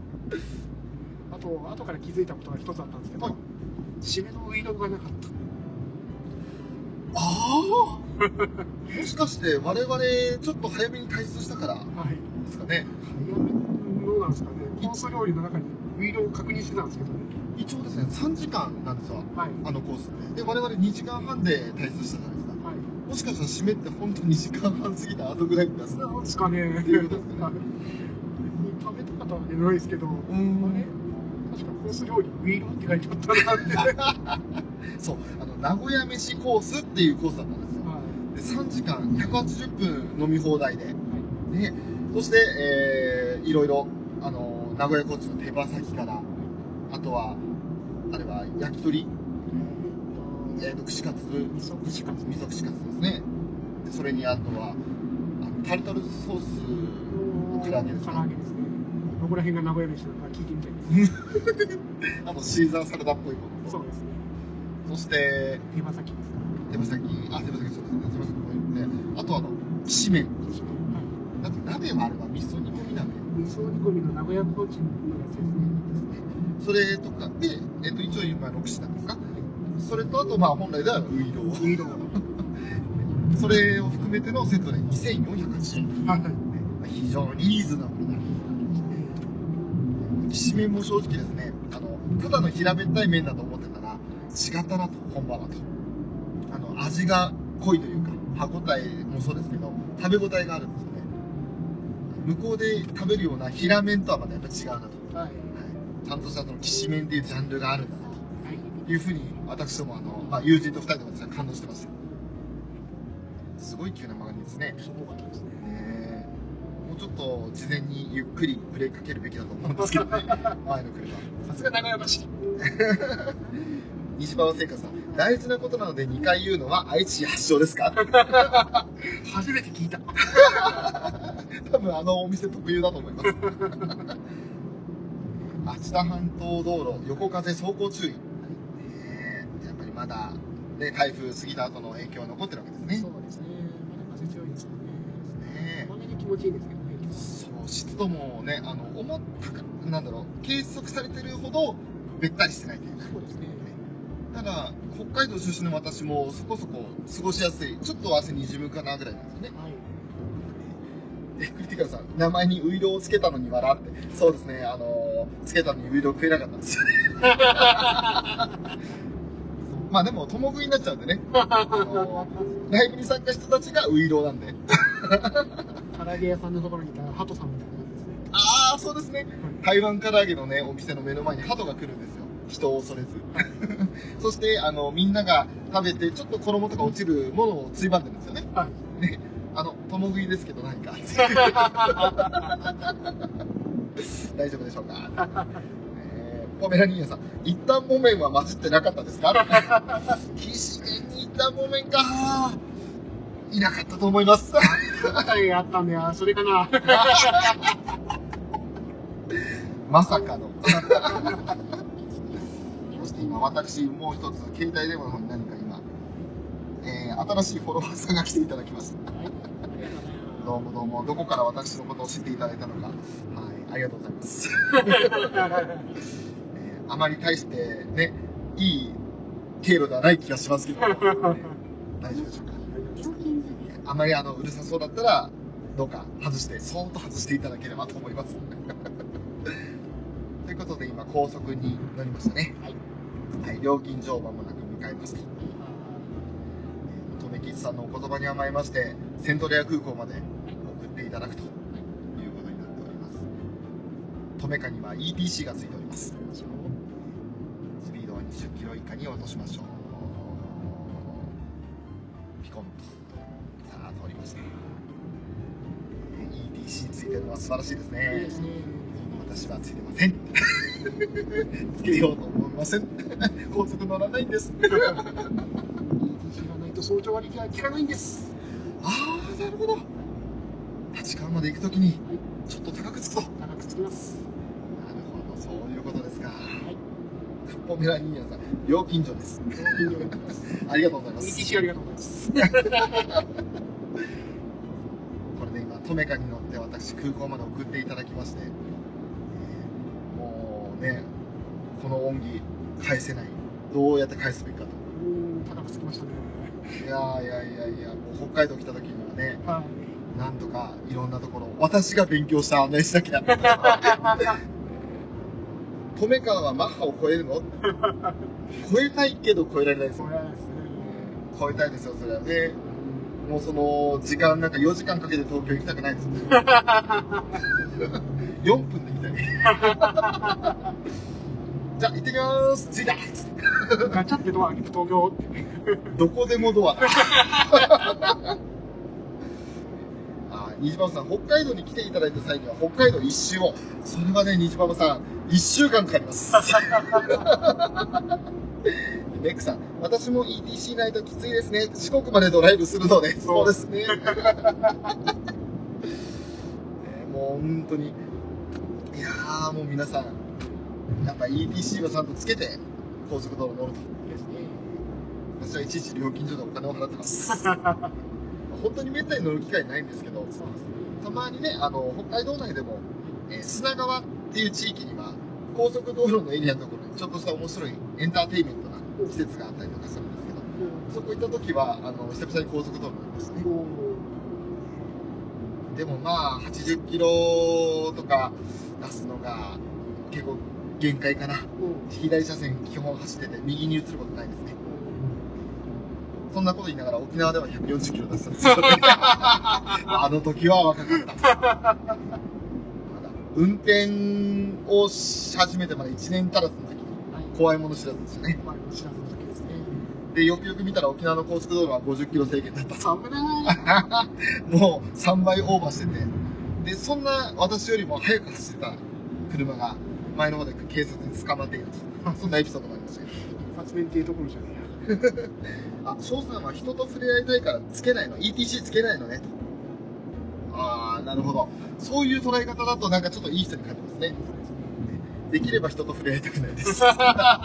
と、後から気づいたことが一つあったんですけど、締めのウイロがなかった。 ああもしかして我々ちょっと早めに退出したからですかね。 早めどうなんですかね。コース料理の中にウイロを確認してたんですけどね。 一応ですね、3時間なんですよ、あのコースで。我々2時間半で退出したじゃないですか。もしかしたら締めって本当2時間半過ぎた後ぐらいに出すなんですかね。 っていうことですかね。 食べた方はないですけど、あれ確かコース料理ウイロって書いてあったなって。 そう、名古屋飯コースっていうコースだったんですよ。で3時間180分飲み放題で、ね、そして、いろいろ名古屋コーチの手羽先から、あとはあれは焼き鳥、串カツ、味噌串カツですね。でそれにあとはタルタルソースの唐揚げですね。 どこら辺が名古屋飯なのか聞いてみたいです。 シーザーサラダっぽいものと。 そうですね。 そして手羽先ですか。 手羽先、そうですね。手羽先もいって、あときしめん。だって鍋はあれば味噌煮込み鍋。 味噌煮込みの名古屋コーチのやつですね。 それとかで、一応今6品ですか。それとあと本来ではウイロー。それを含めてのセットで2480円。非常にリーズナブルな。きしめんも正直ですね、ただの平べったい麺だと思ってたら違ったなと、本場はと。味が濃いというか、歯ごたえもそうですけど、食べ応えがあるんですよね。向こうで食べるような平麺とはまたやっぱ違うなと。ちゃんとしたきしめんっていうジャンルがあるんだなというふうに、私ども友人と2人で私は感動してました。すごい急な曲がりですね。 すごかったですね。 もうちょっと事前にゆっくりブレーキかけるべきだと思うんですけどね。前の車。 さすが名古屋橋。 西馬場製菓さん、 大事なことなので2回言うのは愛知発祥ですか？ 初めて聞いた。 多分あのお店特有だと思います。秋田半島道路横風走行注意。やっぱりまだ、ね、台風過ぎた後の影響は残ってるわけですね。 そうですね。まだ風強いですよね。 ねこれで気持ちいいですけどね。 そう湿度もね思ったかなんだろう計測されてるほどべったりしてないというか。 そうですね。 ただ北海道出身の私もそこそこ過ごしやすい、ちょっと汗にじむかなぐらいなんですよね。 はい。 クリティカルさん、名前にウイロをつけたのに笑って。そうですね、つけたのにウイロ食えなかったんですよ。まあでも、共食いになっちゃうんでね。ライブに参加した人たちがウイロなんで。 唐揚げ屋さんのところにいたハトさんみたいな感じですね。 ああ、そうですね。台湾唐揚げのね、お店の目の前にハトが来るんですよ。人を恐れず。そして、みんなが食べて、ちょっと衣とか落ちるものをついばんでるんですよね。 はい。 ね。共食いですけど何か。大丈夫でしょうか。ポメラニーヤさん、一旦木綿は混じってなかったですか？岸辺に一旦木綿か。いなかったと思います。 はい、あったんだよ。それかな。 まさかの。そして今、私、もう一つ、携帯電話の方に何か今、新しいフォロワーさんが来ていただきました。どうもどうも、どこから私のことを知っていただいたのか、はい、ありがとうございます。あまり大してね、いい経路ではない気がしますけど、大丈夫でしょうか。あまりうるさそうだったら、どうか外して、そーっと外していただければと思います。ということで、今、高速に乗りましたね。はい、料金所をまもなく向かいますと。とめきちさんのお言葉に甘えまして、セントレア空港まで送っていただくということになっております。トメカには ETC がついております。スピードは20キロ以下に落としましょう。ピコンと。さあ、通りました。ETC ついてるのは素晴らしいですね。 いいですね。 私はついてません。つけようと思いません。高速乗らないんです。 ETC がないと早朝割引は効かないんです。 ああ、なるほど。立川まで行くときにちょっと高くつくと。 高くつきます。 なるほど、そういうことですか。 はい。 ポメラニーヤさん、料金所です。 料金所です。 ありがとうございます。 ETC ありがとうございます。 これで今トメカに乗って私空港まで送っていただきまして、もうね、この恩義返せない。どうやって返すべきかと。 高くつきましたね。 いや、もう北海道来た時にはね、 はい。 なんとかいろんなところ私が勉強した案内しなきゃ。留川はマッハを超えるの？超えたいけど超えられないですよ。超えたいですよ、それはね。もうその時間なんか4時間かけて東京行きたくないですよ。4分で行きたい。じゃあ行ってきます。着いた。 ガチャってドア開けて東京って。 どこでもドア。虹パパさん、北海道に来ていただいた際には北海道一周を。それはね、虹パパさん、1週間かかります。メックさん、私も ETC ないときついですね。四国までドライブするので。そうですね。もう本当に。いやー、もう皆さん、やっぱ ETC をちゃんとつけて高速道路乗ると。 ですね。 私はいちいち料金所でお金を払ってます。本当にめったに乗る機会ないんですけど、たまにね、北海道内でも、砂川っていう地域には、高速道路のエリアのところにちょっとした面白いエンターテインメントな施設があったりとかするんですけど、そこ行った時は、久々に高速道路なんですね。でもまあ、80キロとか出すのが結構限界かな。左車線基本走ってて、右に移ることないですね。そんなこと言いながら沖縄では140キロ出したんですよね。あの時は若かった。まだ運転をし始めてまだ1年足らずの時に、怖いもの知らずですよね。 怖いもの知らずの時ですね。 で、よくよく見たら沖縄の高速道路は50キロ制限だった。 危ない。 もう3倍オーバーしてて。で、そんな私よりも速く走ってた車が前の方で警察に捕まっていると。そんなエピソードもありましたけど。 発明っていうところじゃねあ、翔さんは人と触れ合いたいからつけないの ETC つけないのねと。ああ、なるほど。そういう捉え方だとなんかちょっといい人に感じますね。できれば人と触れ合いたくないです。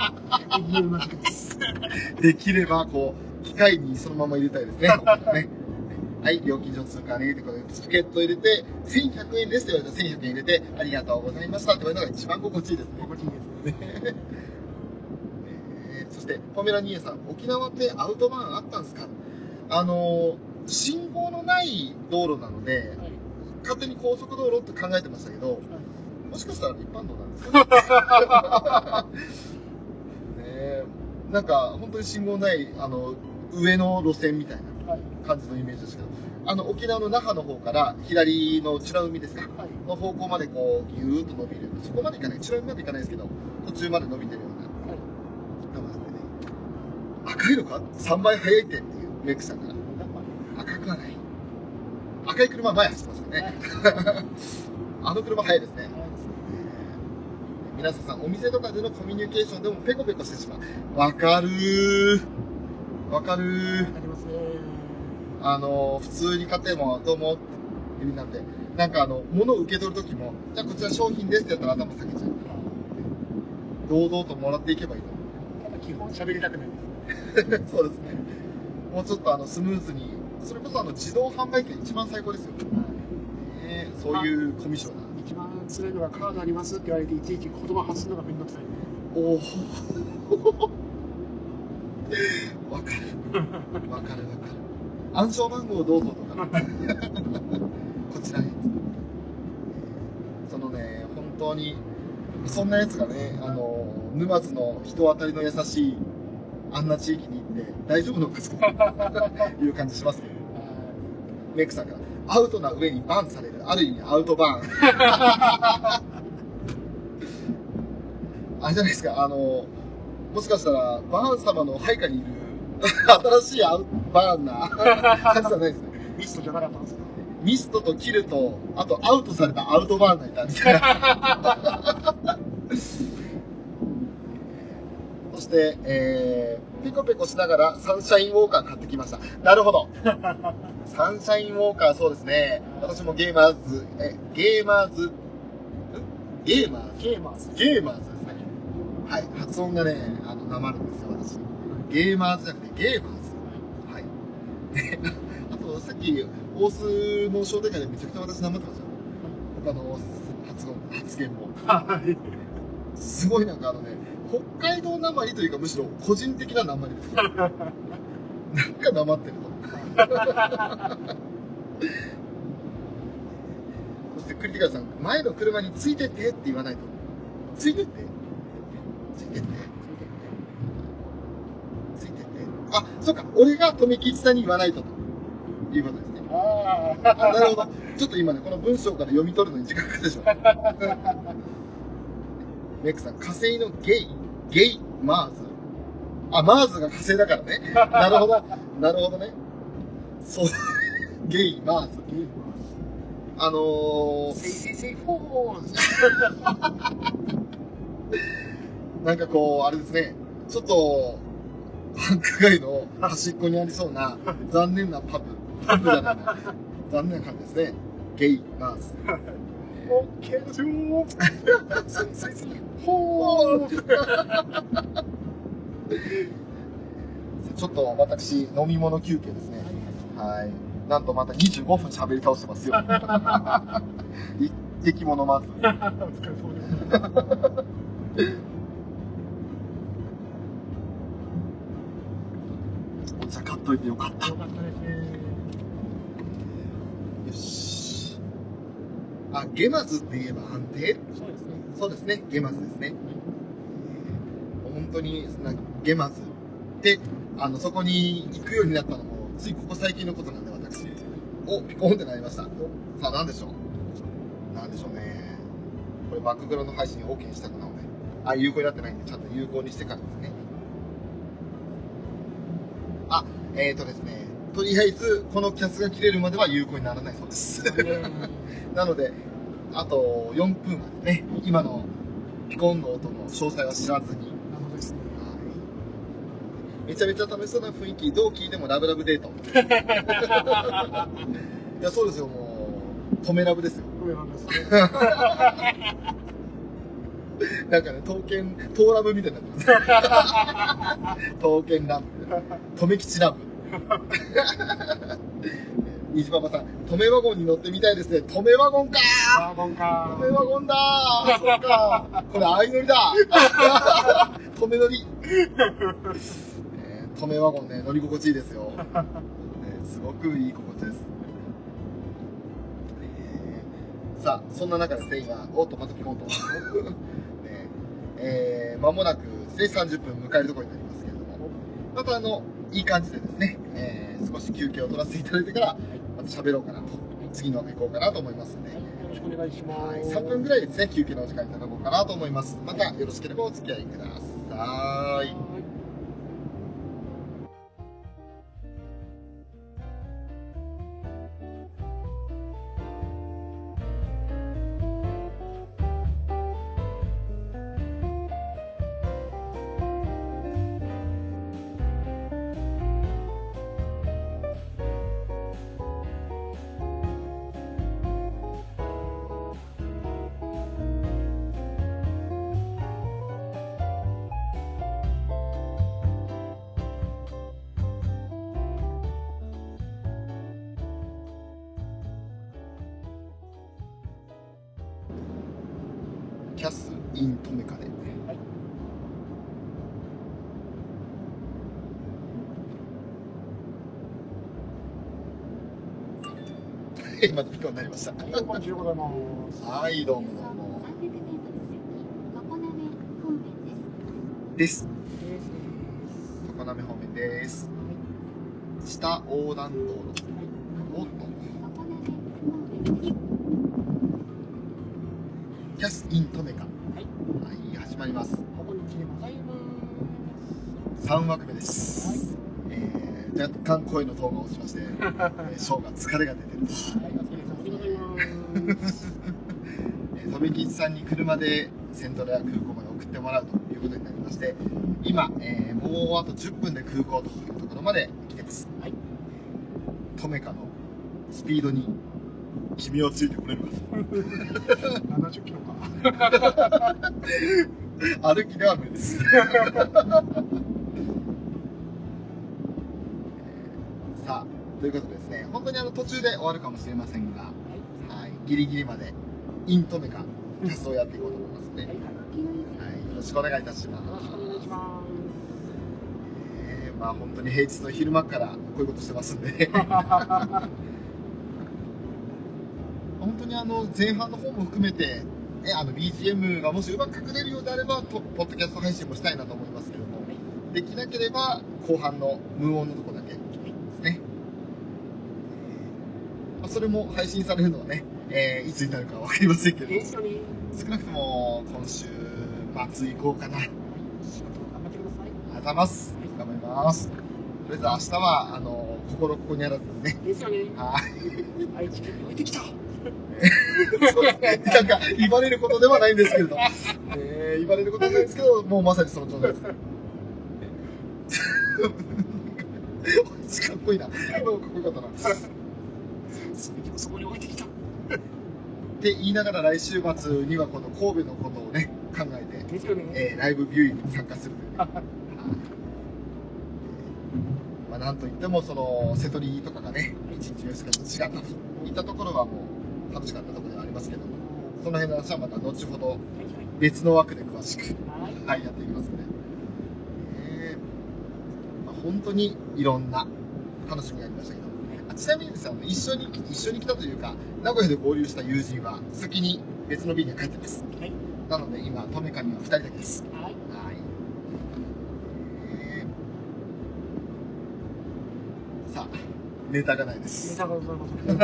できればこう機械にそのまま入れたいですね。ね、はい、料金所通過ねってことでチケット入れて1100円ですって言われたら1100円入れてありがとうございましたって言われるのが一番心地いいですね。 心地いいですね。 そしてポメラニエさん、沖縄ってアウトバーンあったんですか？信号のない道路なので、 はい、 勝手に高速道路って考えてましたけど、はい、もしかしたら一般道なんですかね。なんか本当に信号ない上の路線みたいな感じのイメージですけど、沖縄の那覇の方から左の美ら海ですか、はい、の方向までこうギューッと伸びる、そこまでいかない、美ら海までいかないですけど途中まで伸びてるような、はい、赤いのか3倍速いっていうメイクさんから、赤くはない、赤い車前走ってますよね、はい、あの車速いですね。皆さん、お店とかでのコミュニケーションでもペコペコしてしまう。わかるー。わかるー。 わかりますね。 普通に買っても、どうもって意味なんで、なんか物を受け取るときも、じゃあこちら商品ですってやったら頭下げちゃう。堂々ともらっていけばいいの。 ただ基本喋りたくないです。そうですね。もうちょっとスムーズに、それこそ自動販売機が一番最高ですよ。そういうコミッションな。 一番辛いのがカードありますって言われていちいち言葉発するのがめんどくさいね。 おお。わかる。わかる。暗証番号どうぞとか。こちらへ。そのね、本当にそんなやつがね、沼津の人当たりの優しいあんな地域に行って大丈夫なのかという感じしますけど。メイクさんがアウトな上にバンされる、ある意味アウトバーン。あれじゃないですか、もしかしたらバーン様の配下にいる新しいバーンな感じじゃないですね。 ミストじゃなかったんですか？ ミストとキルと、あとアウトされたアウトバーンがいたみたいな。そして、ペコペコしながらサンシャインウォーカー買ってきました。なるほど。サンシャインウォーカー、そうですね。私もゲーマーズですね。はい。発音がね、なまるんですよ、私。ゲーマーズじゃなくてゲーマーズ。はい。あと、さっき、大須の商店街でめちゃくちゃ私なまってました。他の発言も。すごいなんか北海道なまりというか、むしろ個人的ななまりですよ。なんかなまってると。そしてクリティカルさん、前の車についてってって言わないと。ついてって。あ、そうか、俺が富吉さんに言わないとということですね。なるほど。ちょっと今ね、この文章から読み取るのに時間かかるでしょ。メックさん、火星のゲイ、マーズ。あ、マーズが火星だからね。なるほど。なるほどね。そう。ゲイ、マーズ。なんかこう、あれですね。ちょっと、繁華街の端っこにありそうな、残念なパブじゃないな。残念な感じですね。ゲイ、マーズ。 オッケーですよちょっと私、飲み物休憩ですね。はい。なんとまた25分喋り倒してますよ。一滴も飲まず。 お疲れ様です。 お茶買っといてよかった。 よかったですね。 よし。あ、ゲマズって言えば安定？ そうですね。 そうですね、ゲマズですね。本当にゲマズで、そこに行くようになったのもついここ最近のことなんで、私おピコンってなりました。さあ、何でしょうね。これバックグラウンド配信 OK にしたくなので、有効になってないんでちゃんと有効にしてからですね。ですね、とりあえずこのキャスが切れるまでは有効にならないそうですなのであと4分までね、今のピコンの音の詳細は知らずに、 めちゃめちゃ楽しそうな雰囲気、どう聞いてもラブラブデート。いや、そうですよ、もう、止めラブですよ。 上なんですね。 なんかね、刀ラブみたいになってます。刀剣ラブ。留吉ラブ。虹パパさん、止めワゴンに乗ってみたいですね。止めワゴンかワゴンか止めワゴンだーそっかこれ相乗りだ止め乗り止めワゴンね、乗り心地いいですよ。すごくいい心地です。さあ、そんな中ですね、今、おっと、またピコンと。間もなく、30分迎えるところになりますけれども、またいい感じでですね、少し休憩を取らせていただいてから、また喋ろうかなと、次の行こうかなと思いますので、 よろしくお願いします。 はい、3分ぐらいですね、休憩のお時間いただこうかなと思います。またよろしければお付き合いください。キャス・イン・トメカで。はい。またピコになりました。 はい、お待ちでございます。 はい、どうもどうも。です。常滑方面です。下横断道路。おっと。キャス・イン・トメカ。はい、始まります。 ここに来てございます。 3枠目です。若干声のトーンが落ちまして、ショーが疲れが出てると。 はい、お疲れ様でございます。 富吉さんに車でセントレア空港まで送ってもらうということになりまして、今、もうあと10分で空港というところまで来てます。はい。トメカのスピードに君をついてこれるか 70キロか。 歩きでは無理です。さあ、ということでですね、本当に途中で終わるかもしれませんが、はい、ギリギリまでイントメカキャストをやっていこうと思いますので、はい、よろしくお願いいたします。 よろしくお願いします。 まあ本当に平日の昼間からこういうことしてますんで本当に前半の方も含めてBGM がもしうまく隠れるようであればポッドキャスト配信もしたいなと思いますけども、できなければ後半の無音のところだけですね。それも配信されるのはね、いつになるか分かりませんけど、少なくとも今週末以降かな。 仕事頑張ってください。 ありがとうございます。頑張ります。とりあえず明日は心ここにあらずですね。 ですよね。 はい。 愛知県に置いてきた。 そうですね。なんか言われることではないんですけれど、言われることはないんですけど、もうまさにその状態です。かっこいいな。かっこよかったな。 そこに置いてきた。 って言いながら来週末にはこの神戸のことをね考えて、 ですよね。 ライブビューイングに参加するという、ね。まあなんといってもその瀬戸利とかがね一日の姿と違ったといったところはもう楽しかったところではありますけども、その辺の話はまた後ほど別の枠で詳しく、はい、やっていきますので、まあ、本当にいろんな楽しみがありましたけど、ちなみにですね、一緒に来たというか名古屋で合流した友人は先に別の便には帰ってます。はい、なので今トメカには2人だけです。はい、はい。さあネタがないです。 ネタがございません。で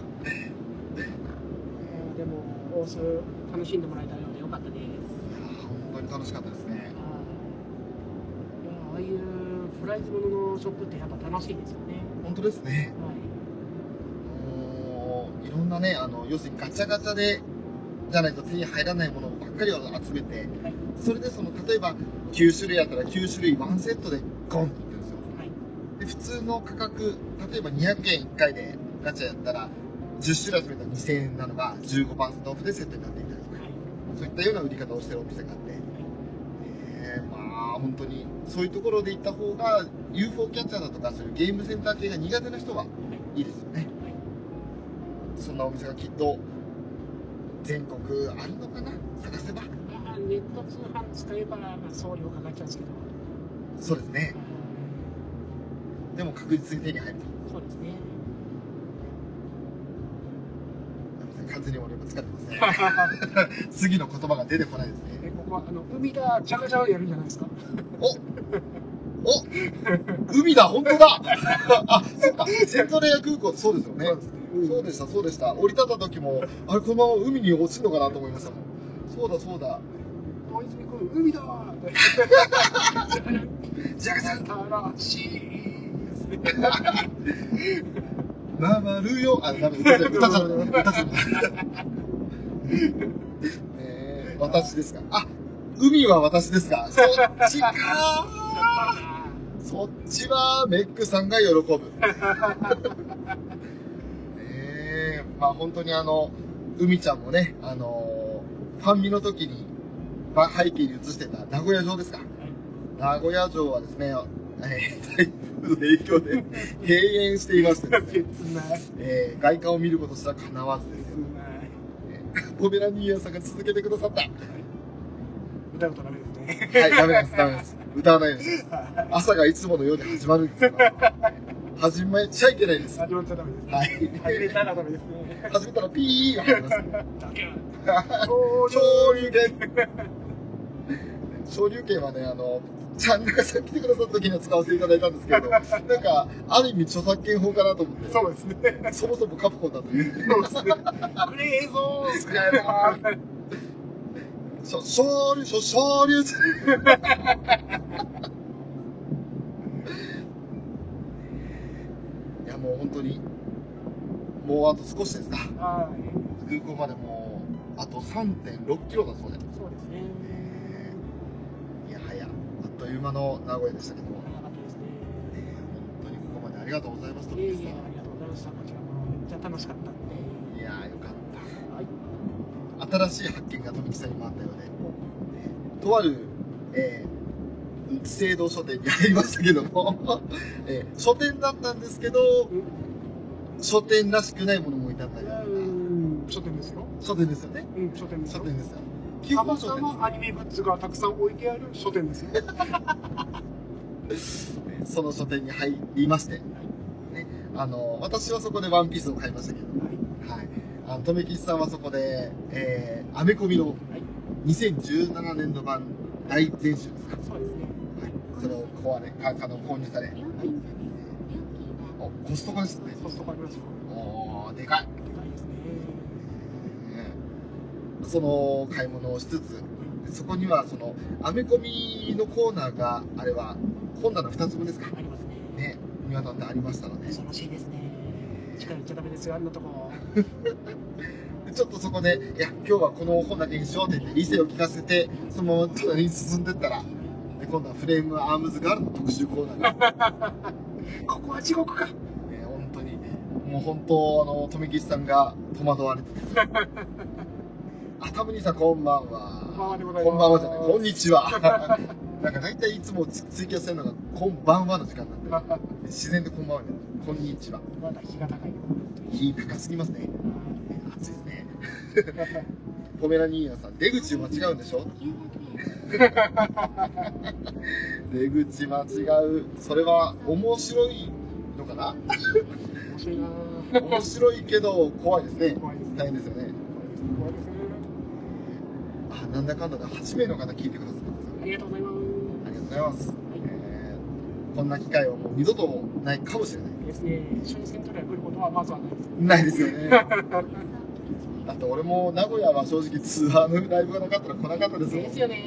も大須楽しんでもらえたようでよかったです。いや本当に楽しかったですね。いやああいうプライズもののショップってやっぱ楽しいですよね。 本当ですね。はい、いろんなね要するにガチャガチャでじゃないと手に入らないものばっかりを集めて、はい、それで例えば9種類やったら9種類ワンセットでゴンって売ってるんで普通の価格、例えば200円1回でガチャやったら10種類集めたら2000円なのが 15% オフでセットになっていたりとか、そういったような売り方をしてるお店があって、まあ本当にそういうところで行った方が UFO キャッチャーだとかそういうゲームセンター系が苦手な人はいいですよね。そんなお店がきっと全国あるのかな、探せば。 ネット通販使えば送料かかっちゃうんですけど。 そうですね。でも確実に手に入ると。 そうですね。 完全に俺も使ってますね。次の言葉が出てこないですね。 ここは海だジャカジャカやるんじゃないですか。 お海だ、本当だ。あ、そっか、セントレア空港ってそうですよね。そうでした、そうでした。降り立った時も、あれ、このまま海に落ちるのかなと思いましたもん。そうだ、そうだ。 大泉君、海だーって。 ジャカジャカ。 楽しいですね。 回るよ。あ、ダメ、歌ちゃう。私ですか。あ、海は私ですか。そっちかー。そっちはメックさんが喜ぶ。まあ本当に海ちゃんもね、ファンミの時に、背景に映してた名古屋城ですか。名古屋城はですね、台風の影響で閉園していましてですね、外観を見ることすら叶わずですよ。ポメラニーヤンさんが続けてくださった。 歌うとダメですね。 はい、ダメです、ダメです。歌わないです。朝がいつものように始まるんですから。始めちゃいけないです。 始まっちゃダメです。 はい。 始めたらダメですね。 始めたらピーが入ります。昇竜拳。昇竜拳はね、ちゃん中さん来てくださった時には使わせていただいたんですけど、なんか、ある意味著作権法かなと思って。 そうですね。 そもそもカプコンだという。 そうですね。クレーゾー。 クレーゾー。昇竜。いや、もう本当に、もうあと少しですか。空港までもう、あと 3.6 キロだそうで。 そうですね。 いやはや、あっという間の名古屋でしたけども。 早かったですね。 本当にここまでありがとうございます。 いえいえ、ありがとうございました。こちらもめっちゃ楽しかったんで。 いやー、よかった。 はい。 新しい発見が富木さんにもあったようで、とある、資生堂書店に入りましたけども、書店だったんですけど、書店らしくないものも置いてあったりとか。 書店ですよ。 書店ですよね。 書店ですよ。 書店ですよ。 基本書店のアニメグッズがたくさん置いてある書店ですよ。 その書店に入りまして、ね、私はそこでワンピースを買いましたけど、はい。留吉さんはそこで、アメコミの2017年度版大全集ですか。 そうですね。 はい。それを購入され。はい。お、コストコですね。 コストコありますよ。 おー、でかい。 でかいですね。 その買い物をしつつ、そこにはそのアメコミのコーナーが、あれは本棚2つ分ですか。 ありますね。 ね、見渡ってありましたので。 恐ろしいですね。力言っちゃダメですよ、あんなとこ。 ちょっとそこで、いや、今日はこの本だけにしようって言って、理性を聞かせて、そのまま隣に進んでったら、今度はフレームアームズガールの特集コーナーが。 ここは地獄か。 ね、本当に、もう本当、富吉さんが戸惑われてて。あ、タムニーさんこんばんは。 こんばんはでございます。 こんばんはじゃない、こんにちは。なんか大体いつもツイキャスしてるのが、こんばんはの時間なんで、自然とこんばんはになる。こんにちは。 まだ日が高いよ。 日高すぎますね。暑いですね。ポメラニーヤンさん、出口間違うんでしょ。出口間違う。それは面白いのかな。 面白いな。 面白いけど怖いですね。 怖いです。 大変ですよね。 怖いですね。 あ、なんだかんだで8名の方聞いてくださってます。 ありがとうございます。 ありがとうございます。こんな機会はもう二度とないかもしれないですね。一緒にセントリア来ることはまずはないですよね。だって俺も名古屋は正直ツアーのライブがなかったら来なかったですもん。 ですよね。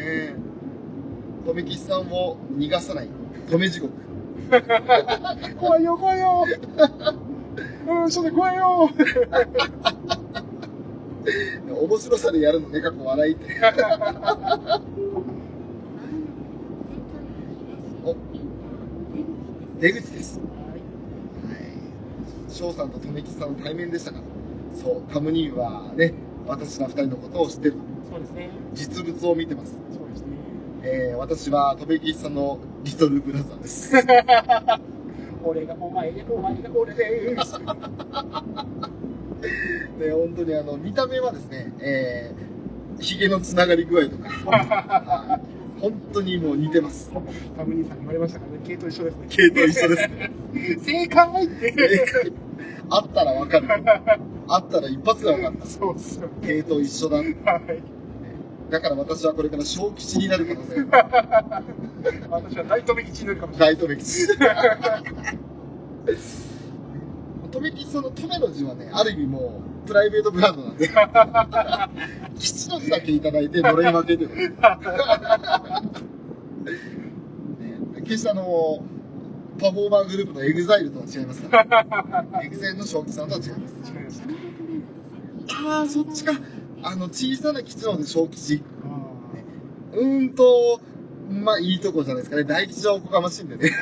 留吉さんを逃がさない止め地獄。 怖いよ怖いよ。ちょっと怖いよ。 面白さでやるのね、過去笑いって。お、 出口です。 はい翔さんと留吉さんの対面でしたから。そう、タム兄はね、私ら2人のことを知ってる。 そうですね。 実物を見てます。 そうですね。 私は留吉さんのリトルブラザーです。 俺がお前でお前が俺でーす。 で、本当に見た目はですね、ヒゲのつながり具合とか、本当にもう似てます。 タム兄さん生まれましたからね。系統一緒ですね。 系統一緒ですね。 正解ってあったらわかる。あったら一発でわかる。 そうっすよね。 系統一緒だ。 はい。 だから私はこれから小吉になる可能性。 私は大留吉になるかもしれない。 大留吉。留吉さんの留の字はね、ある意味もうプライベートブランドなんで、吉の字だけいただいてのれん分けで。ね、決してパフォーマーグループのエグザイルとは違いますから。エグザイルの正吉さんとは違います。 違います。 ああ、そっちか。小さな吉なので小吉。 あまあいいとこじゃないですかね。大吉はおこがましいんでね。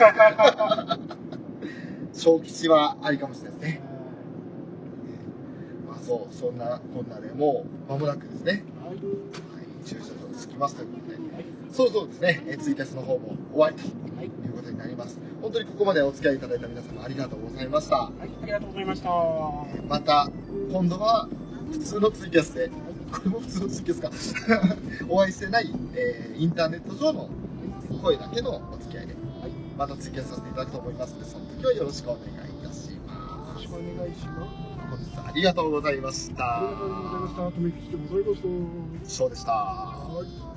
小吉はありかもしれないですね。まあそう、そんなこんなでもう間もなくですね。 はい。 はい、駐車場に着きますということで、そうですね、ツイキャスの方も終わりということになります。本当にここまでお付き合いいただいた皆様ありがとうございました。 はい、ありがとうございました。 また今度は普通のツイキャスで、これも普通のツイキャスかお会いしてない、インターネット上の声だけのお付き合いで、またツイキャスさせていただくと思いますので、その時はよろしくお願いいたします。 よろしくお願いします。 本日はありがとうございました。 ありがとうございました。留吉でございました。 翔でした。 はい。